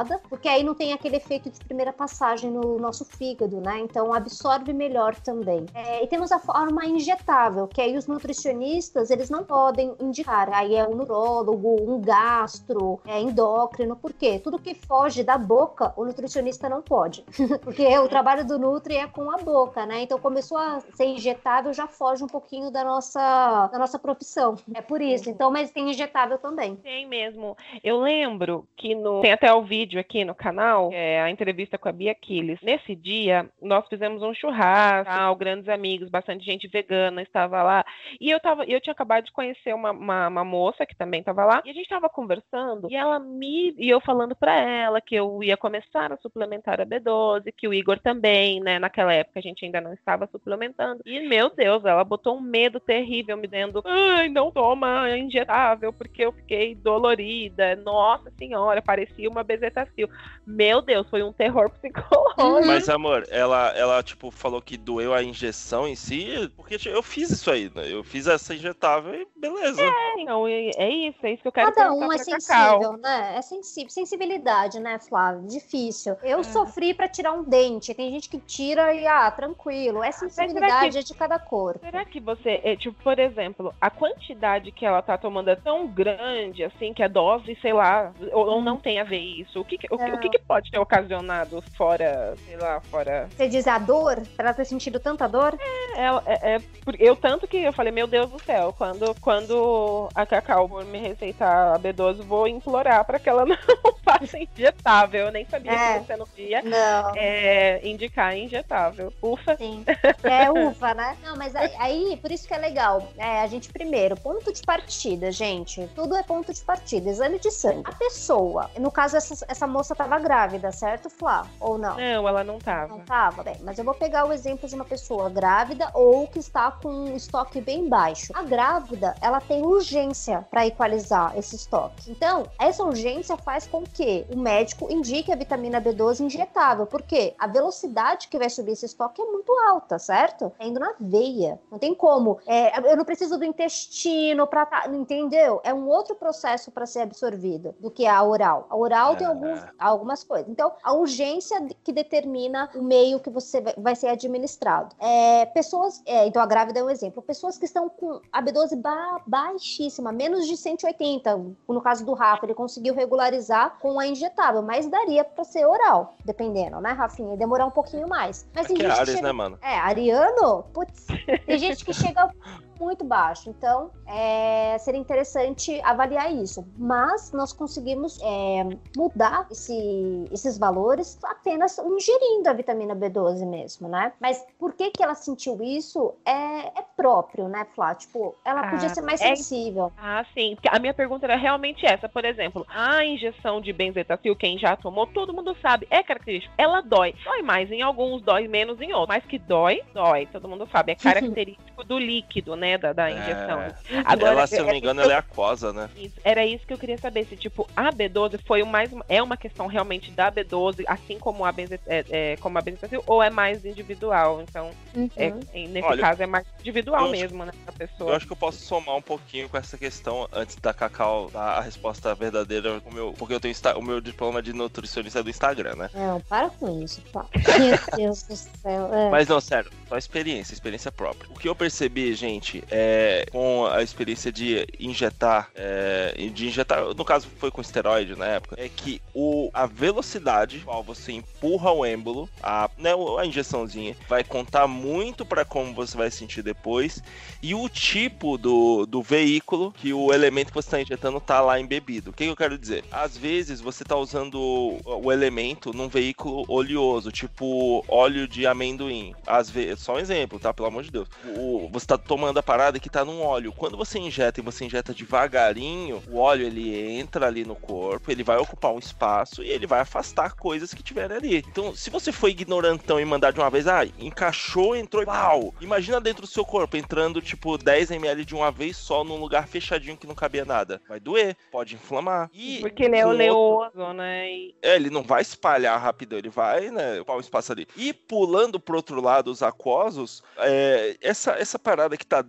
[SPEAKER 3] gelada, porque aí não tem aquele efeito de primeira passagem no nosso fígado, né? Então absorve melhor também. É, e temos a forma injetável, que aí os nutricionistas, eles não podem indicar. Aí é um nurólogo, um gastro, é endócrino, por quê? Tudo que foge da boca, o nutricionista não pode. Porque o trabalho do Nutri é com a boca, né? Então começou a ser injetável, já foge um pouquinho da nossa, da nossa profissão. É por isso. Então, mas tem injetável também.
[SPEAKER 5] Tem mesmo. Eu lembro que no... tem até o vídeo aqui no canal, é a entrevista com a Bia Aquiles. Nesse dia, nós fizemos um churrasco, tal, grandes amigos, bastante gente vegana estava lá. E eu, tava, eu tinha acabado de conhecer uma, uma, uma moça que também estava lá. E a gente estava conversando e ela me... E eu falando para ela que eu ia começar a suplementar a B doze, que o Igor também, né? Naquela época a gente ainda não estava suplementando. E, meu Deus, ela botou um medo terrível me dando, ai, não toma injetável, porque eu fiquei dolorida. Nossa senhora, parecia uma bezetacil. Meu Deus, foi um terror psicológico.
[SPEAKER 2] Mas, amor, ela, ela, tipo, falou que doeu a injeção em si, porque eu fiz isso aí, né? Eu fiz essa injetável e beleza.
[SPEAKER 5] É, não, é isso, é isso que eu quero
[SPEAKER 3] Cada
[SPEAKER 5] perguntar
[SPEAKER 3] um é
[SPEAKER 5] pra
[SPEAKER 3] sensível,
[SPEAKER 5] Cacau.
[SPEAKER 3] né? É sensível. Sensibilidade, né, Flávio? Difícil. Eu
[SPEAKER 5] É.
[SPEAKER 3] sofri pra tirar um dente. Tem gente que tira e, ah, tranquilo. É sensibilidade,
[SPEAKER 5] que-
[SPEAKER 3] é de cada corpo.
[SPEAKER 5] Será que você, é, tipo, por exemplo, a quantidade que ela tá tomando é tão grande, assim, que a dose, sei lá, ou, ou não tem a ver isso? O que, que- o, que- o que, que pode ter ocasionado fora, sei lá, fora...
[SPEAKER 3] Você diz a dor? Pra ela ter sentido tanta dor?
[SPEAKER 5] Ela- É, é, por- eu tanto que eu falei, meu Deus do céu, quando, quando a Cacau for me receitar a B doze, vou implorar pra que ela não faça injetável. Eu nem sabia
[SPEAKER 3] É.
[SPEAKER 5] que você não ia
[SPEAKER 3] Não.
[SPEAKER 5] é, indicar injetável. Ufa.
[SPEAKER 3] Sim. É uva, né? Não, mas aí, aí, por isso que é legal. É, a gente, primeiro, ponto de partida, gente. Tudo é ponto de partida. Exame de sangue. A pessoa, no caso, essa, essa moça tava grávida, certo, Flá? Ou não?
[SPEAKER 5] Não, ela não tava.
[SPEAKER 3] Não tava? Bem, mas eu vou pegar o exemplo de uma pessoa grávida ou que está com um estoque bem baixo. A grávida, ela tem urgência para equalizar esse estoque. Então, essa urgência faz com que o médico indique a vitamina B doze injetável, porque a velocidade que vai subir esse estoque é muito alta, certo? É indo na veia. Não tem como. É, eu não preciso do intestino para tá, entendeu? É um outro processo para ser absorvido do que a oral. A oral
[SPEAKER 2] É.
[SPEAKER 3] tem alguns, algumas coisas. Então, a urgência que determina o meio que você vai, vai ser administrado. É, pessoas, é, então a grávida é um exemplo. Pessoas que estão com a B doze ba baixíssima, menos de cento e oitenta. No caso do Rafa, ele conseguiu regularizar com a injetável, mas daria para ser oral, dependendo, né, Rafinha? E demorar um pouquinho mais. Mas tem
[SPEAKER 2] Que
[SPEAKER 3] gente que
[SPEAKER 2] Ares,
[SPEAKER 3] chega...
[SPEAKER 2] né, mano?
[SPEAKER 3] É, ariano, putz, tem gente que chega muito baixo. Então, é, seria interessante avaliar isso. Mas nós conseguimos é, mudar esse, esses valores apenas ingerindo a vitamina B doze mesmo, né? Mas por que que ela sentiu isso é, é próprio, né, Flá? Tipo, ela
[SPEAKER 5] Ah,
[SPEAKER 3] podia ser mais
[SPEAKER 5] é-
[SPEAKER 3] sensível.
[SPEAKER 5] Ah, sim. Porque a minha pergunta era realmente essa. Por exemplo, a injeção de benzetacil, quem já tomou, todo mundo sabe, é característico. Ela dói. Dói mais em alguns, dói menos em outros. Mas que dói, dói. Todo mundo sabe. É característico do líquido, né, da, da injeção.
[SPEAKER 2] É.
[SPEAKER 5] Agora,
[SPEAKER 2] Ela, se eu não
[SPEAKER 5] é-
[SPEAKER 2] me engano,
[SPEAKER 5] eu-
[SPEAKER 2] ela é aquosa, né?
[SPEAKER 5] Isso, era isso que eu queria saber, se tipo, a B doze foi o mais, é uma questão realmente da B doze, assim como a benze, é, é, como a benzetacil, ou é mais individual? Então, é, é- nesse
[SPEAKER 2] Olha,
[SPEAKER 5] caso é mais individual
[SPEAKER 2] eu acho-
[SPEAKER 5] mesmo, né, da pessoa.
[SPEAKER 2] Eu acho que eu posso somar um pouquinho com essa questão antes da Cacau dar a resposta verdadeira, o meu, porque eu tenho insta- o meu diploma de nutricionista é do Instagram, né?
[SPEAKER 3] Não, para com isso, Flá. Meu Deus do céu. É.
[SPEAKER 2] Mas não, sério, só experiência, experiência própria. O que eu percebi, gente, é com a experiência de injetar, é, de injetar, no caso foi com esteroide na época, é que o, a velocidade qual você empurra o êmbolo, a, né, a injeçãozinha, vai contar muito para como você vai sentir depois, e o tipo do, do veículo que o elemento que você está injetando tá lá embebido. O que, que eu quero dizer? Às vezes você tá usando o, o elemento num veículo oleoso, tipo óleo de amendoim. Às vezes, só um exemplo, tá? Pelo amor de Deus. O, você tá tomando a parada que tá num óleo. Quando você injeta e você injeta devagarinho, o óleo ele entra ali no corpo, ele vai ocupar um espaço e ele vai afastar coisas que tiverem ali. Então, se você for ignorantão e mandar de uma vez, ah, encaixou, entrou e pau! Imagina dentro do seu corpo entrando tipo dez mililitros de uma vez só num lugar fechadinho que não cabia nada. Vai doer, pode inflamar. E
[SPEAKER 5] Porque ele é
[SPEAKER 2] um outro-
[SPEAKER 5] oleoso, né? E...
[SPEAKER 2] É, ele não vai espalhar rapidão, ele vai, né, ocupar um espaço ali. E pulando pro outro lado, os aquosos, é, essa, essa parada que tá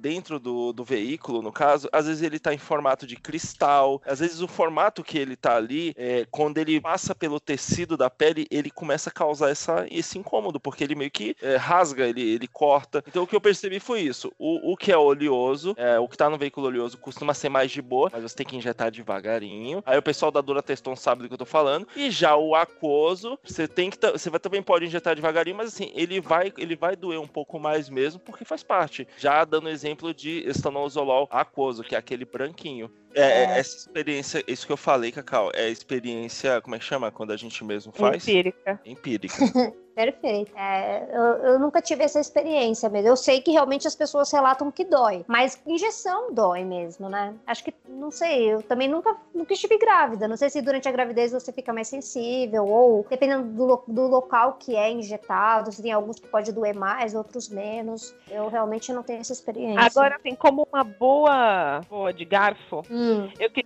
[SPEAKER 2] dentro do, do veículo, no caso, às vezes ele tá em formato de cristal, às vezes o formato que ele tá ali, é, quando ele passa pelo tecido da pele, ele começa a causar essa, esse incômodo, porque ele meio que é, rasga, ele, ele corta. Então o que eu percebi foi isso. O, o que é oleoso, é, o que tá no veículo oleoso costuma ser mais de boa, mas você tem que injetar devagarinho. Aí o pessoal da Durateston sabe do que eu tô falando. E já o aquoso, você tem que você vai, também pode injetar devagarinho, mas assim, ele vai, ele vai doer um pouco mais mesmo, porque faz parte. Já dando exemplo de estanozolol aquoso, que é aquele branquinho. É, é, essa experiência, isso que eu falei, Cacau, é a experiência, como é que chama? Quando a gente mesmo faz?
[SPEAKER 5] Empírica.
[SPEAKER 2] Empírica.
[SPEAKER 3] Perfeito. É, eu, eu nunca tive essa experiência mesmo. Eu sei que realmente as pessoas relatam que dói, mas injeção dói mesmo, né? Acho que, não sei, eu também nunca, nunca estive grávida. Não sei se durante a gravidez você fica mais sensível ou dependendo do, do local que é injetado, se tem alguns que pode doer mais, outros menos. Eu realmente não tenho essa experiência.
[SPEAKER 5] Agora, assim, como uma boa, boa de garfo, hum. eu que...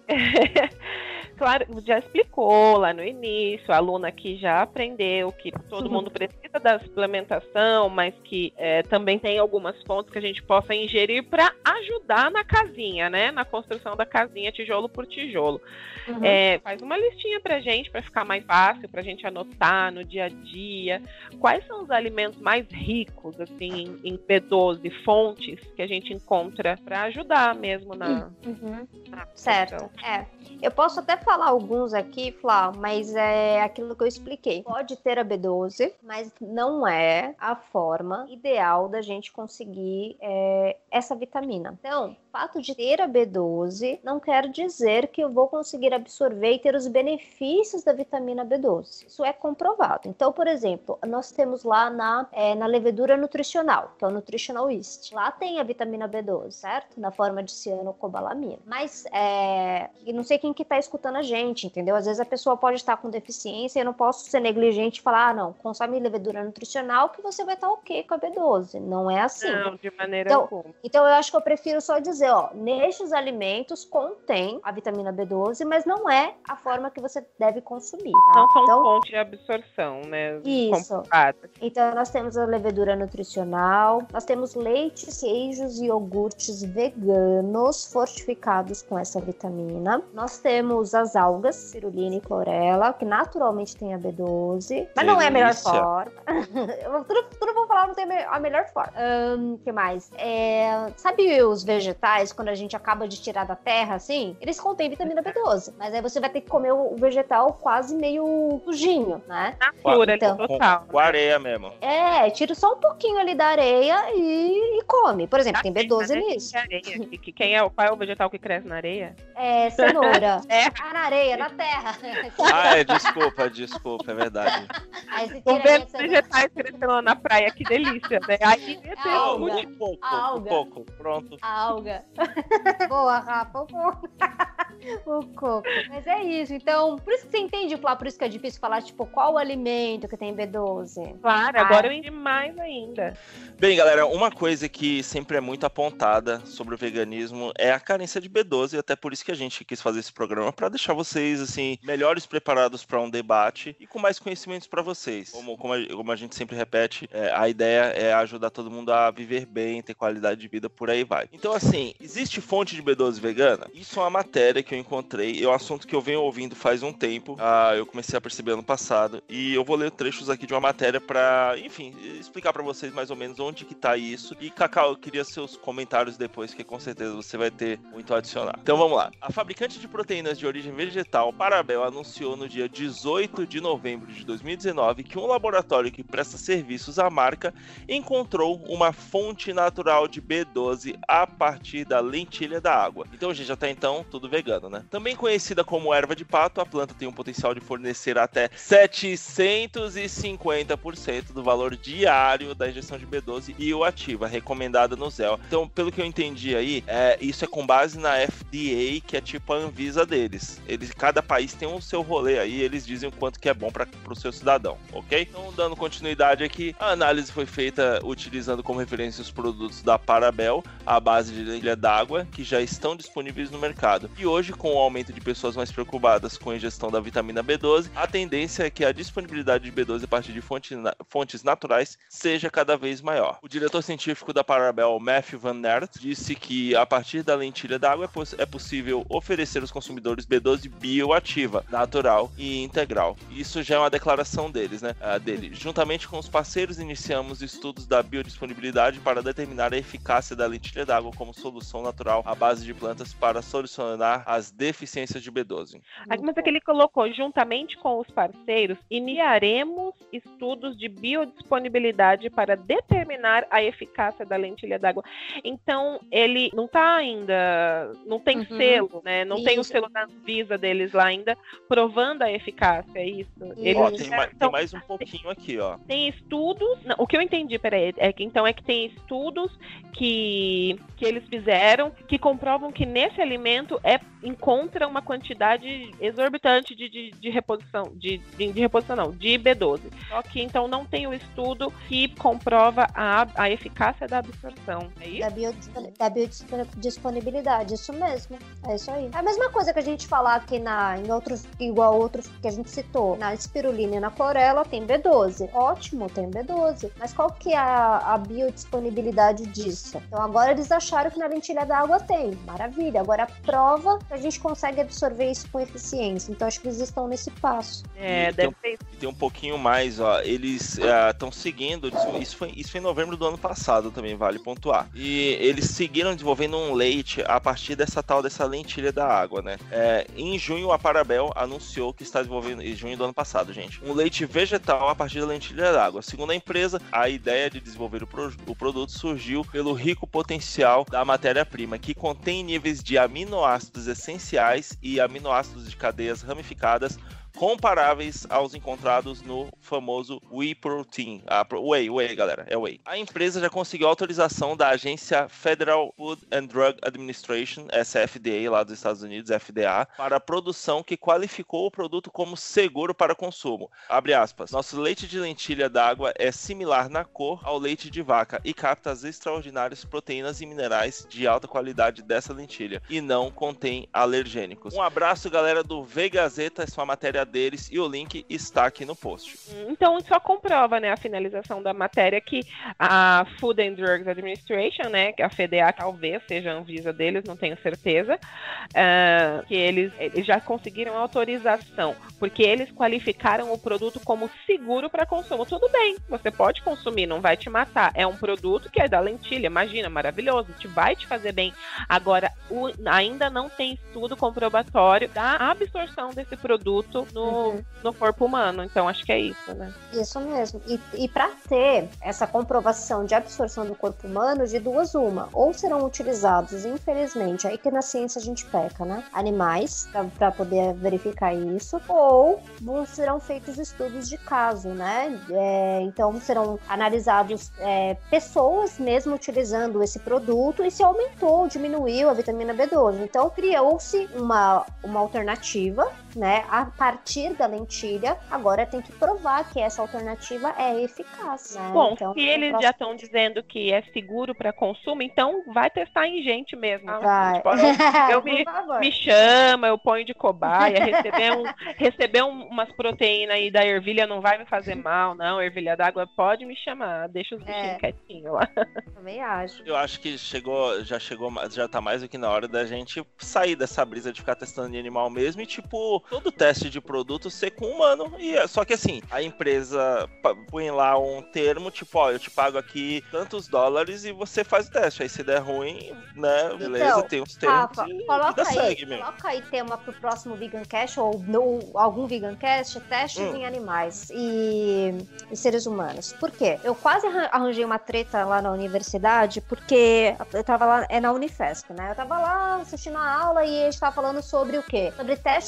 [SPEAKER 5] Claro, já explicou lá no início, a aluna que já aprendeu que todo uhum. mundo precisa da suplementação, mas que é, também tem algumas fontes que a gente possa ingerir para ajudar na casinha, né? Na construção da casinha, tijolo por tijolo. Uhum. É, faz uma listinha pra gente, para ficar mais fácil, pra gente anotar no dia a dia. Quais são os alimentos mais ricos, assim, em B doze, fontes que a gente encontra para ajudar mesmo na...
[SPEAKER 3] Uhum. na certo, é. Eu posso até falar alguns aqui, Flá, mas é aquilo que eu expliquei. Pode ter a B doze, mas não é a forma ideal da gente conseguir é, essa vitamina. Então, o fato de ter a B doze não quer dizer que eu vou conseguir absorver e ter os benefícios da vitamina B doze. Isso é comprovado. Então, por exemplo, nós temos lá na, é, na levedura nutricional, que é o Nutritional Yeast. Lá tem a vitamina B doze, certo? Na forma de cianocobalamina. Mas, é, não sei quem que tá escutando a gente, entendeu? Às vezes a pessoa pode estar com deficiência e eu não posso ser negligente e falar, ah, não, consome levedura nutricional que você vai estar ok com a B doze. Não é assim.
[SPEAKER 5] Não, de maneira
[SPEAKER 3] então,
[SPEAKER 5] alguma.
[SPEAKER 3] Então eu acho que eu prefiro só dizer, ó, nestes alimentos contém a vitamina B doze, mas não é a forma que você deve consumir. Tá?
[SPEAKER 5] Não são
[SPEAKER 3] então,
[SPEAKER 5] fontes de absorção, né?
[SPEAKER 3] Isso.
[SPEAKER 5] Complicadas.
[SPEAKER 3] Então nós temos a levedura nutricional, nós temos leites, queijos e iogurtes veganos fortificados com essa vitamina. Nós temos as algas, cirulina e clorela, que naturalmente tem a B doze, mas não é a melhor forma. tudo, tudo vou falar não tem a melhor forma. O um, que mais? É, sabe os vegetais, quando a gente acaba de tirar da terra, assim? Eles contêm vitamina B doze, mas aí você vai ter que comer o vegetal quase meio sujinho, né?
[SPEAKER 5] Natura,
[SPEAKER 3] então,
[SPEAKER 5] total.
[SPEAKER 2] Com, com areia mesmo.
[SPEAKER 3] É, tira só um pouquinho ali da areia e, e come. Por exemplo,
[SPEAKER 5] ah,
[SPEAKER 3] tem B doze
[SPEAKER 5] né?
[SPEAKER 3] nisso.
[SPEAKER 5] Que areia? Que, quem é, qual é o vegetal que cresce na areia?
[SPEAKER 3] É, cenoura.
[SPEAKER 5] É.
[SPEAKER 3] Ah, na areia, na terra.
[SPEAKER 2] Ah, é, desculpa, desculpa, é verdade.
[SPEAKER 3] Aí você
[SPEAKER 5] Tô
[SPEAKER 3] tira
[SPEAKER 5] vendo
[SPEAKER 3] essa...
[SPEAKER 5] vegetais crescendo lá na praia, que delícia, né? Aí ia ter
[SPEAKER 3] Ah,
[SPEAKER 5] um
[SPEAKER 3] alga.
[SPEAKER 5] monte-
[SPEAKER 2] Um pouco,
[SPEAKER 3] A
[SPEAKER 2] um
[SPEAKER 3] alga.
[SPEAKER 2] pouco, pronto.
[SPEAKER 3] A alga. Boa, Rafa. O coco. O coco. Mas é isso. Então, por isso que você entende, Flá, por isso que é difícil falar, tipo, qual o alimento que tem B doze.
[SPEAKER 5] Claro, agora eu entendi mais ainda.
[SPEAKER 2] Bem, galera, uma coisa que sempre é muito apontada sobre o veganismo é a carência de B doze, e até por isso que a gente quis fazer esse programa, para deixar vocês, assim, melhores preparados para um debate e com mais conhecimentos para vocês. Como, como, a, como a gente sempre repete, é, a ideia é ajudar todo mundo a viver bem, ter qualidade de vida, por aí vai. Então, assim, existe fonte de B doze vegana? Isso é uma matéria que eu encontrei, é um assunto que eu venho ouvindo faz um tempo, ah, eu comecei a perceber ano passado, e eu vou ler trechos aqui de uma matéria para, enfim, explicar para vocês mais ou menos onde que tá isso. E, Cacau, eu queria seus comentários depois, que com certeza você vai ter muito a adicionar. Então vamos lá. A fabricante de proteínas de origem vegetal, Parabel, anunciou no dia dezoito de novembro de dois mil e dezenove que um laboratório que presta serviços à marca encontrou uma fonte natural de B doze a partir da lentilha da água. Então, gente, já tá então tudo vegano, né? Também conhecida como erva de pato, a planta tem um potencial de fornecer até setecentos e cinquenta por cento do valor diário da injeção de B doze bioativa, recomendada no Z E L. Então, pelo que eu entendi aí, é, isso é com base na F D A, que é tipo a Anvisa deles. Eles, cada país tem o seu rolê aí, eles dizem o quanto que é bom para o seu cidadão, ok? Então, dando continuidade aqui, a análise foi feita utilizando como referência os produtos da Parabel, à base de lentilha d'água, que já estão disponíveis no mercado. E hoje hoje, com o aumento de pessoas mais preocupadas com a ingestão da vitamina B doze, a tendência é que a disponibilidade de B doze a partir de fontes, fontes naturais seja cada vez maior. O diretor científico da Parabel, Matthew Van Aert, disse que a partir da lentilha d'água é, poss- é possível oferecer aos consumidores B doze bioativa, natural e integral. Isso já é uma declaração deles, né? Uh, dele. Juntamente com os parceiros, iniciamos estudos da biodisponibilidade para determinar a eficácia da lentilha d'água como solução natural à base de plantas para solucionar as deficiências de B doze.
[SPEAKER 5] Mas é que ele colocou, juntamente com os parceiros, iniciaremos estudos de biodisponibilidade para determinar a eficácia da lentilha d'água. Então, ele não está ainda, não tem uhum. selo, né? Não isso. tem o selo da Anvisa deles lá ainda, provando a eficácia, é isso. Ele,
[SPEAKER 2] ó, tem, mais, então, tem mais um pouquinho aqui, ó.
[SPEAKER 5] Tem estudos, não, o que eu entendi, peraí, é que então é que tem estudos que, que eles fizeram que comprovam que nesse alimento é, encontra uma quantidade exorbitante de, de, de reposição, de, de, de reposição não, de B doze. Só que então não tem o estudo que comprova a, a eficácia da absorção, é isso?
[SPEAKER 3] Da, biodispon- da biodisponibilidade, isso mesmo, é isso aí. É a mesma coisa que a gente falar aqui na, em outros, igual outros que a gente citou, na espirulina e na clorela tem B doze, ótimo, tem B doze, mas qual que é a, a biodisponibilidade disso? Então agora eles acharam que na lentilha d'água tem, maravilha, agora a prova que a gente consegue absorver isso com eficiência, então acho que eles estão nesse passo.
[SPEAKER 5] É, deve
[SPEAKER 2] tem,
[SPEAKER 5] ser.
[SPEAKER 2] Tem um pouquinho mais, ó, eles estão uh, seguindo, isso foi, isso foi em novembro do ano passado também, vale pontuar, e eles seguiram desenvolvendo um leite a partir dessa tal, dessa lentilha da água, né? É, em junho a Parabel anunciou que está desenvolvendo, em junho do ano passado, gente, um leite vegetal a partir da lentilha d'água. Segundo a empresa, a ideia de desenvolver o, pro, o produto surgiu pelo rico potencial da matéria-prima, que contém níveis de aminoácidos essenciais e aminoácidos de cadeias ramificadas comparáveis aos encontrados no famoso Whey Protein. Ah, Whey, Whey, galera, é Whey. A empresa já conseguiu autorização da agência Federal Food and Drug Administration, essa F D A lá dos Estados Unidos, F D A, para a produção que qualificou o produto como seguro para consumo. Abre aspas. Nosso leite de lentilha d'água é similar na cor ao leite de vaca e capta as extraordinárias proteínas e minerais de alta qualidade dessa lentilha e não contém alergênicos. Um abraço, galera do V-Gazeta, essa é uma matéria deles e o link está aqui no post.
[SPEAKER 5] Então só comprova, né, a finalização da matéria que a Food and Drugs Administration, né, que a F D A talvez seja a Anvisa deles, não tenho certeza, uh, que eles, eles já conseguiram autorização, porque eles qualificaram o produto como seguro para consumo. Tudo bem, você pode consumir, não vai te matar. É um produto que é da lentilha, imagina, maravilhoso, te vai te fazer bem. Agora, o, ainda não tem estudo comprobatório da absorção desse produto no, uhum. no corpo humano, então acho que é isso, né?
[SPEAKER 3] Isso mesmo, e, e para ter essa comprovação de absorção do corpo humano, de duas uma, ou serão utilizados, infelizmente, aí que na ciência a gente peca, né? Animais, para poder verificar isso, ou vão, serão feitos estudos de caso, né? É, então serão analisados é, pessoas mesmo utilizando esse produto e se aumentou, diminuiu a vitamina B doze. Então criou-se uma, uma alternativa, né, a partir da lentilha, agora tem que provar que essa alternativa é eficaz, né?
[SPEAKER 5] Bom,
[SPEAKER 3] então,
[SPEAKER 5] se eles próximo... já estão dizendo que é seguro para consumo, então vai testar em gente mesmo.
[SPEAKER 3] Vai.
[SPEAKER 5] Tipo, eu, eu me, me chama, eu ponho de cobaia, receber, um, receber um, umas proteínas aí da ervilha não vai me fazer mal, não, ervilha d'água pode me chamar, deixa os bichinhos é. quietinhos lá.
[SPEAKER 3] Também acho.
[SPEAKER 2] Eu acho que chegou, já chegou, já tá mais do que na hora da gente sair dessa brisa de ficar testando em animal mesmo e tipo, todo teste de produto ser com humano. E é, só que assim, a empresa põe lá um termo, tipo, ó, eu te pago aqui tantos dólares e você faz o teste. Aí se der ruim, né, beleza, então, tem uns termos
[SPEAKER 3] Rafa,
[SPEAKER 2] e
[SPEAKER 3] coloca aí,
[SPEAKER 2] segue mesmo.
[SPEAKER 3] Coloca aí tema pro próximo Vegan Cast ou no, algum Vegan Cast, testes hum. em animais e, e seres humanos. Por quê? Eu quase arranjei uma treta lá na universidade, porque eu tava lá, é na Unifesp, né? Eu tava lá assistindo a aula e a gente tava falando sobre o quê? Sobre testes em animais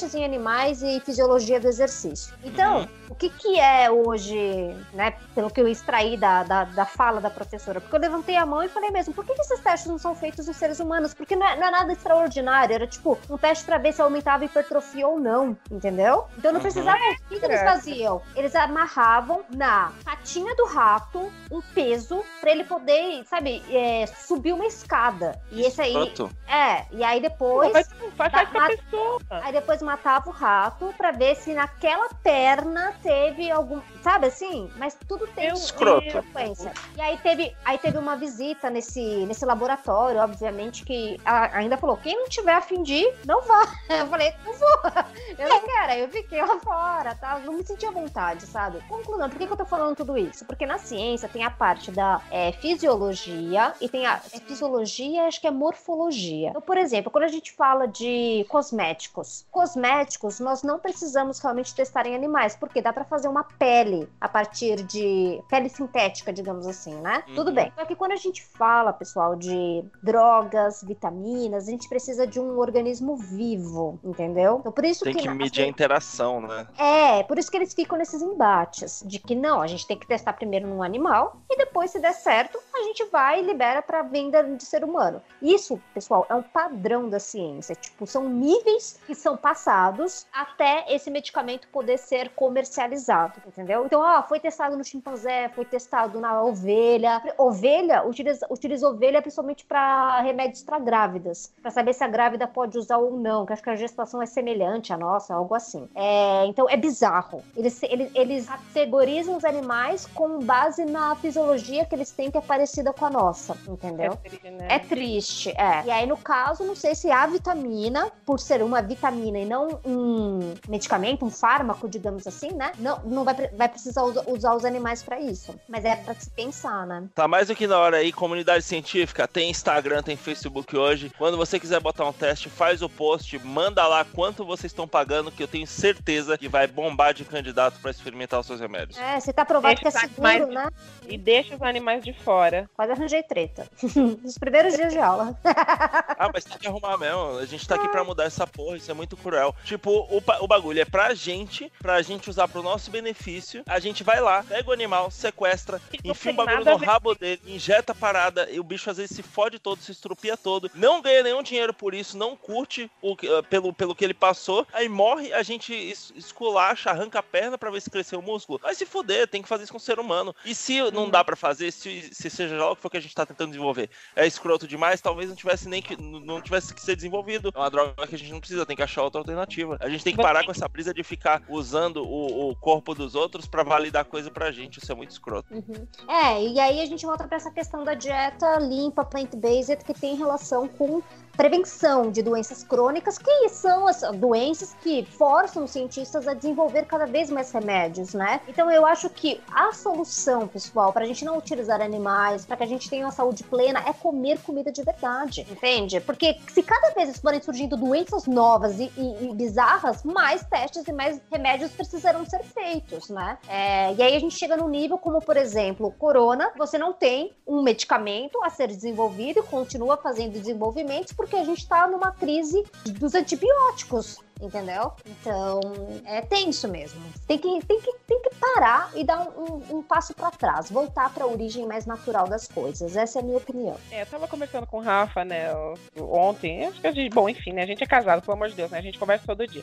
[SPEAKER 3] animais e fisiologia do exercício. Então, uhum. o que que é hoje, né, pelo que eu extraí da, da, da fala da professora? Porque eu levantei a mão e falei mesmo, por que que esses testes não são feitos nos seres humanos? Porque não é, não é nada extraordinário, era tipo um teste pra ver se aumentava a hipertrofia ou não, entendeu? Então não precisava, uhum. o que que eles faziam? Eles amarravam na patinha do rato um peso pra ele poder, sabe, é, subir uma escada. E esse aí,
[SPEAKER 2] Pronto.
[SPEAKER 3] é, e aí depois...
[SPEAKER 5] Faz, faz, faz da, pessoa.
[SPEAKER 3] Aí depois matava o rato pra ver se naquela perna teve algum, sabe assim? Mas tudo tem consequência. E aí teve, aí teve uma visita nesse, nesse laboratório, obviamente, que ela ainda falou, quem não tiver a fim de ir, não vá. Eu falei, não vou, eu não quero. Aí eu fiquei lá fora, tá? Não me senti à vontade, sabe? Conclusão, por que que eu tô falando tudo isso? Porque na ciência tem a parte da é, fisiologia e tem a é, fisiologia, acho que é morfologia. Então, por exemplo, quando a gente fala de cosméticos, cosméticos nós não precisamos realmente testar em animais, porque dá pra fazer uma pele a partir de pele sintética, digamos assim, né? Uhum. Tudo bem. Só que quando a gente fala, pessoal, de drogas, vitaminas, a gente precisa de um organismo vivo, entendeu? Então, por isso
[SPEAKER 2] tem que,
[SPEAKER 3] que
[SPEAKER 2] medir a interação, né?
[SPEAKER 3] É, por isso que eles ficam nesses embates, de que não, a gente tem que testar primeiro num animal e depois, se der certo, a gente vai e libera pra venda de ser humano. Isso, pessoal, é um padrão da ciência. Tipo, são níveis que são passados até esse medicamento poder ser comercializado, entendeu? Então, ó, foi testado no chimpanzé, foi testado na ovelha. Ovelha, utiliza, utiliza ovelha principalmente para remédios para grávidas, para saber se a grávida pode usar ou não, que acho que a gestação é semelhante à nossa, algo assim. É, então, é bizarro. Eles, eles, eles categorizam os animais com base na fisiologia que eles têm, que é parecida com a nossa, entendeu? É triste, né? É triste, é. E aí, no caso, não sei se a vitamina, por ser uma vitamina e não um medicamento, um fármaco, digamos assim, né? Não, não vai, vai precisar usar os animais pra isso. Mas é pra se pensar, né?
[SPEAKER 2] Tá mais do que na hora aí, comunidade científica, tem Instagram, tem Facebook hoje. Quando você quiser botar um teste, faz o post, manda lá quanto vocês estão pagando, que eu tenho certeza que vai bombar de candidato pra experimentar os seus remédios.
[SPEAKER 3] É, você tá provado deixa que é seguro, mais, né?
[SPEAKER 5] E deixa os animais de fora.
[SPEAKER 3] Quase arranjei treta. Nos primeiros dias de aula.
[SPEAKER 2] Ah, mas tem que arrumar mesmo. A gente tá aqui pra mudar essa porra, isso é muito cruel. Tipo, o, o bagulho é pra gente, pra gente usar pro nosso benefício. A gente vai lá, pega o animal, sequestra, enfia o bagulho no rabo dele, injeta a parada, e o bicho às vezes se fode todo, se estrupia todo, não ganha nenhum dinheiro por isso, não curte o, uh, pelo, pelo que ele passou, aí morre, a gente es, esculacha, arranca a perna pra ver se cresceu o músculo. Vai se fuder, tem que fazer isso com o ser humano. E se não dá pra fazer, se, se seja lá o que for que a gente tá tentando desenvolver, é escroto demais, talvez não tivesse nem que, não tivesse que ser desenvolvido. É uma droga que a gente não precisa, tem que achar outra alternativa. A gente tem que parar com essa brisa de ficar usando o, o corpo dos outros pra validar coisa pra gente, isso é muito escroto.
[SPEAKER 3] Uhum. É, e aí a gente volta pra essa questão da dieta limpa, plant-based, que tem relação com prevenção de doenças crônicas, que são as doenças que forçam os cientistas a desenvolver cada vez mais remédios, né? Então eu acho que a solução, pessoal, pra gente não utilizar animais, pra que a gente tenha uma saúde plena, é comer comida de verdade, entende? Porque se cada vez forem surgindo doenças novas e, e, e bizarras, mais testes e mais remédios precisarão ser feitos, né? É, e aí a gente chega num nível como, por exemplo, corona, você não tem um medicamento a ser desenvolvido e continua fazendo desenvolvimentos porque a gente tá numa crise dos antibióticos, entendeu? Então, é tenso mesmo. Tem que, tem que, tem que parar e dar um, um, um passo pra trás, voltar pra origem mais natural das coisas. Essa é a minha opinião.
[SPEAKER 5] É, eu tava conversando com o Rafa, né, ontem. Acho que a gente, bom, enfim, né, a gente é casado, pelo amor de Deus, né, a gente conversa todo dia.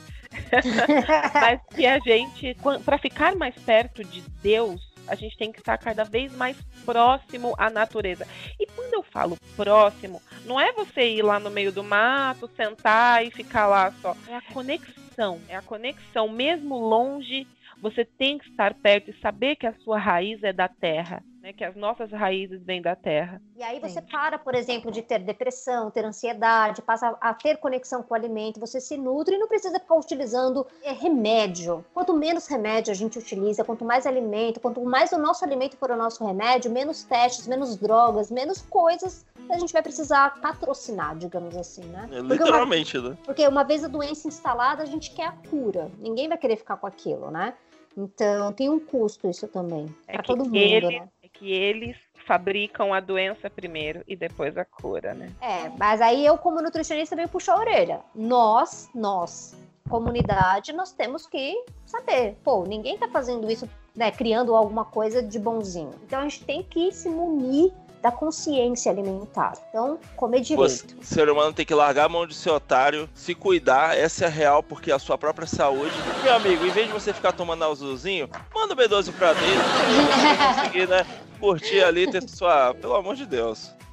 [SPEAKER 5] Mas que a gente, pra ficar mais perto de Deus, a gente tem que estar cada vez mais próximo à natureza. E quando eu falo próximo, não é você ir lá no meio do mato, sentar e ficar lá só. É a conexão. É a conexão. Mesmo longe, você tem que estar perto e saber que a sua raiz é da terra. Né, que as nossas raízes vêm da terra.
[SPEAKER 3] E aí você Sim. para, por exemplo, de ter depressão, ter ansiedade, passa a ter conexão com o alimento, você se nutre e não precisa ficar utilizando é, remédio. Quanto menos remédio a gente utiliza, quanto mais alimento, quanto mais o nosso alimento for o nosso remédio, menos testes, menos drogas, menos coisas a gente vai precisar patrocinar, digamos assim, né?
[SPEAKER 2] É, literalmente,
[SPEAKER 3] uma,
[SPEAKER 2] né?
[SPEAKER 3] Porque uma vez a doença instalada, a gente quer a cura. Ninguém vai querer ficar com aquilo, né? Então, tem um custo isso também,
[SPEAKER 5] é
[SPEAKER 3] para todo mundo,
[SPEAKER 5] ele,
[SPEAKER 3] né?
[SPEAKER 5] É que eles fabricam a doença primeiro e depois a cura, né?
[SPEAKER 3] É, mas aí eu, como nutricionista, venho puxar a orelha. Nós, nós, comunidade, nós temos que saber, pô, ninguém tá fazendo isso, né, criando alguma coisa de bonzinho. Então a gente tem que se munir da consciência alimentar. Então, comer direito.
[SPEAKER 2] O ser humano tem que largar a mão de ser otário, se cuidar, essa é a real, porque é a sua própria saúde. Meu amigo, em vez de você ficar tomando azulzinho, manda o B doze pra dentro, pra você conseguir, né, curtir ali, ter sua... Pelo amor de Deus.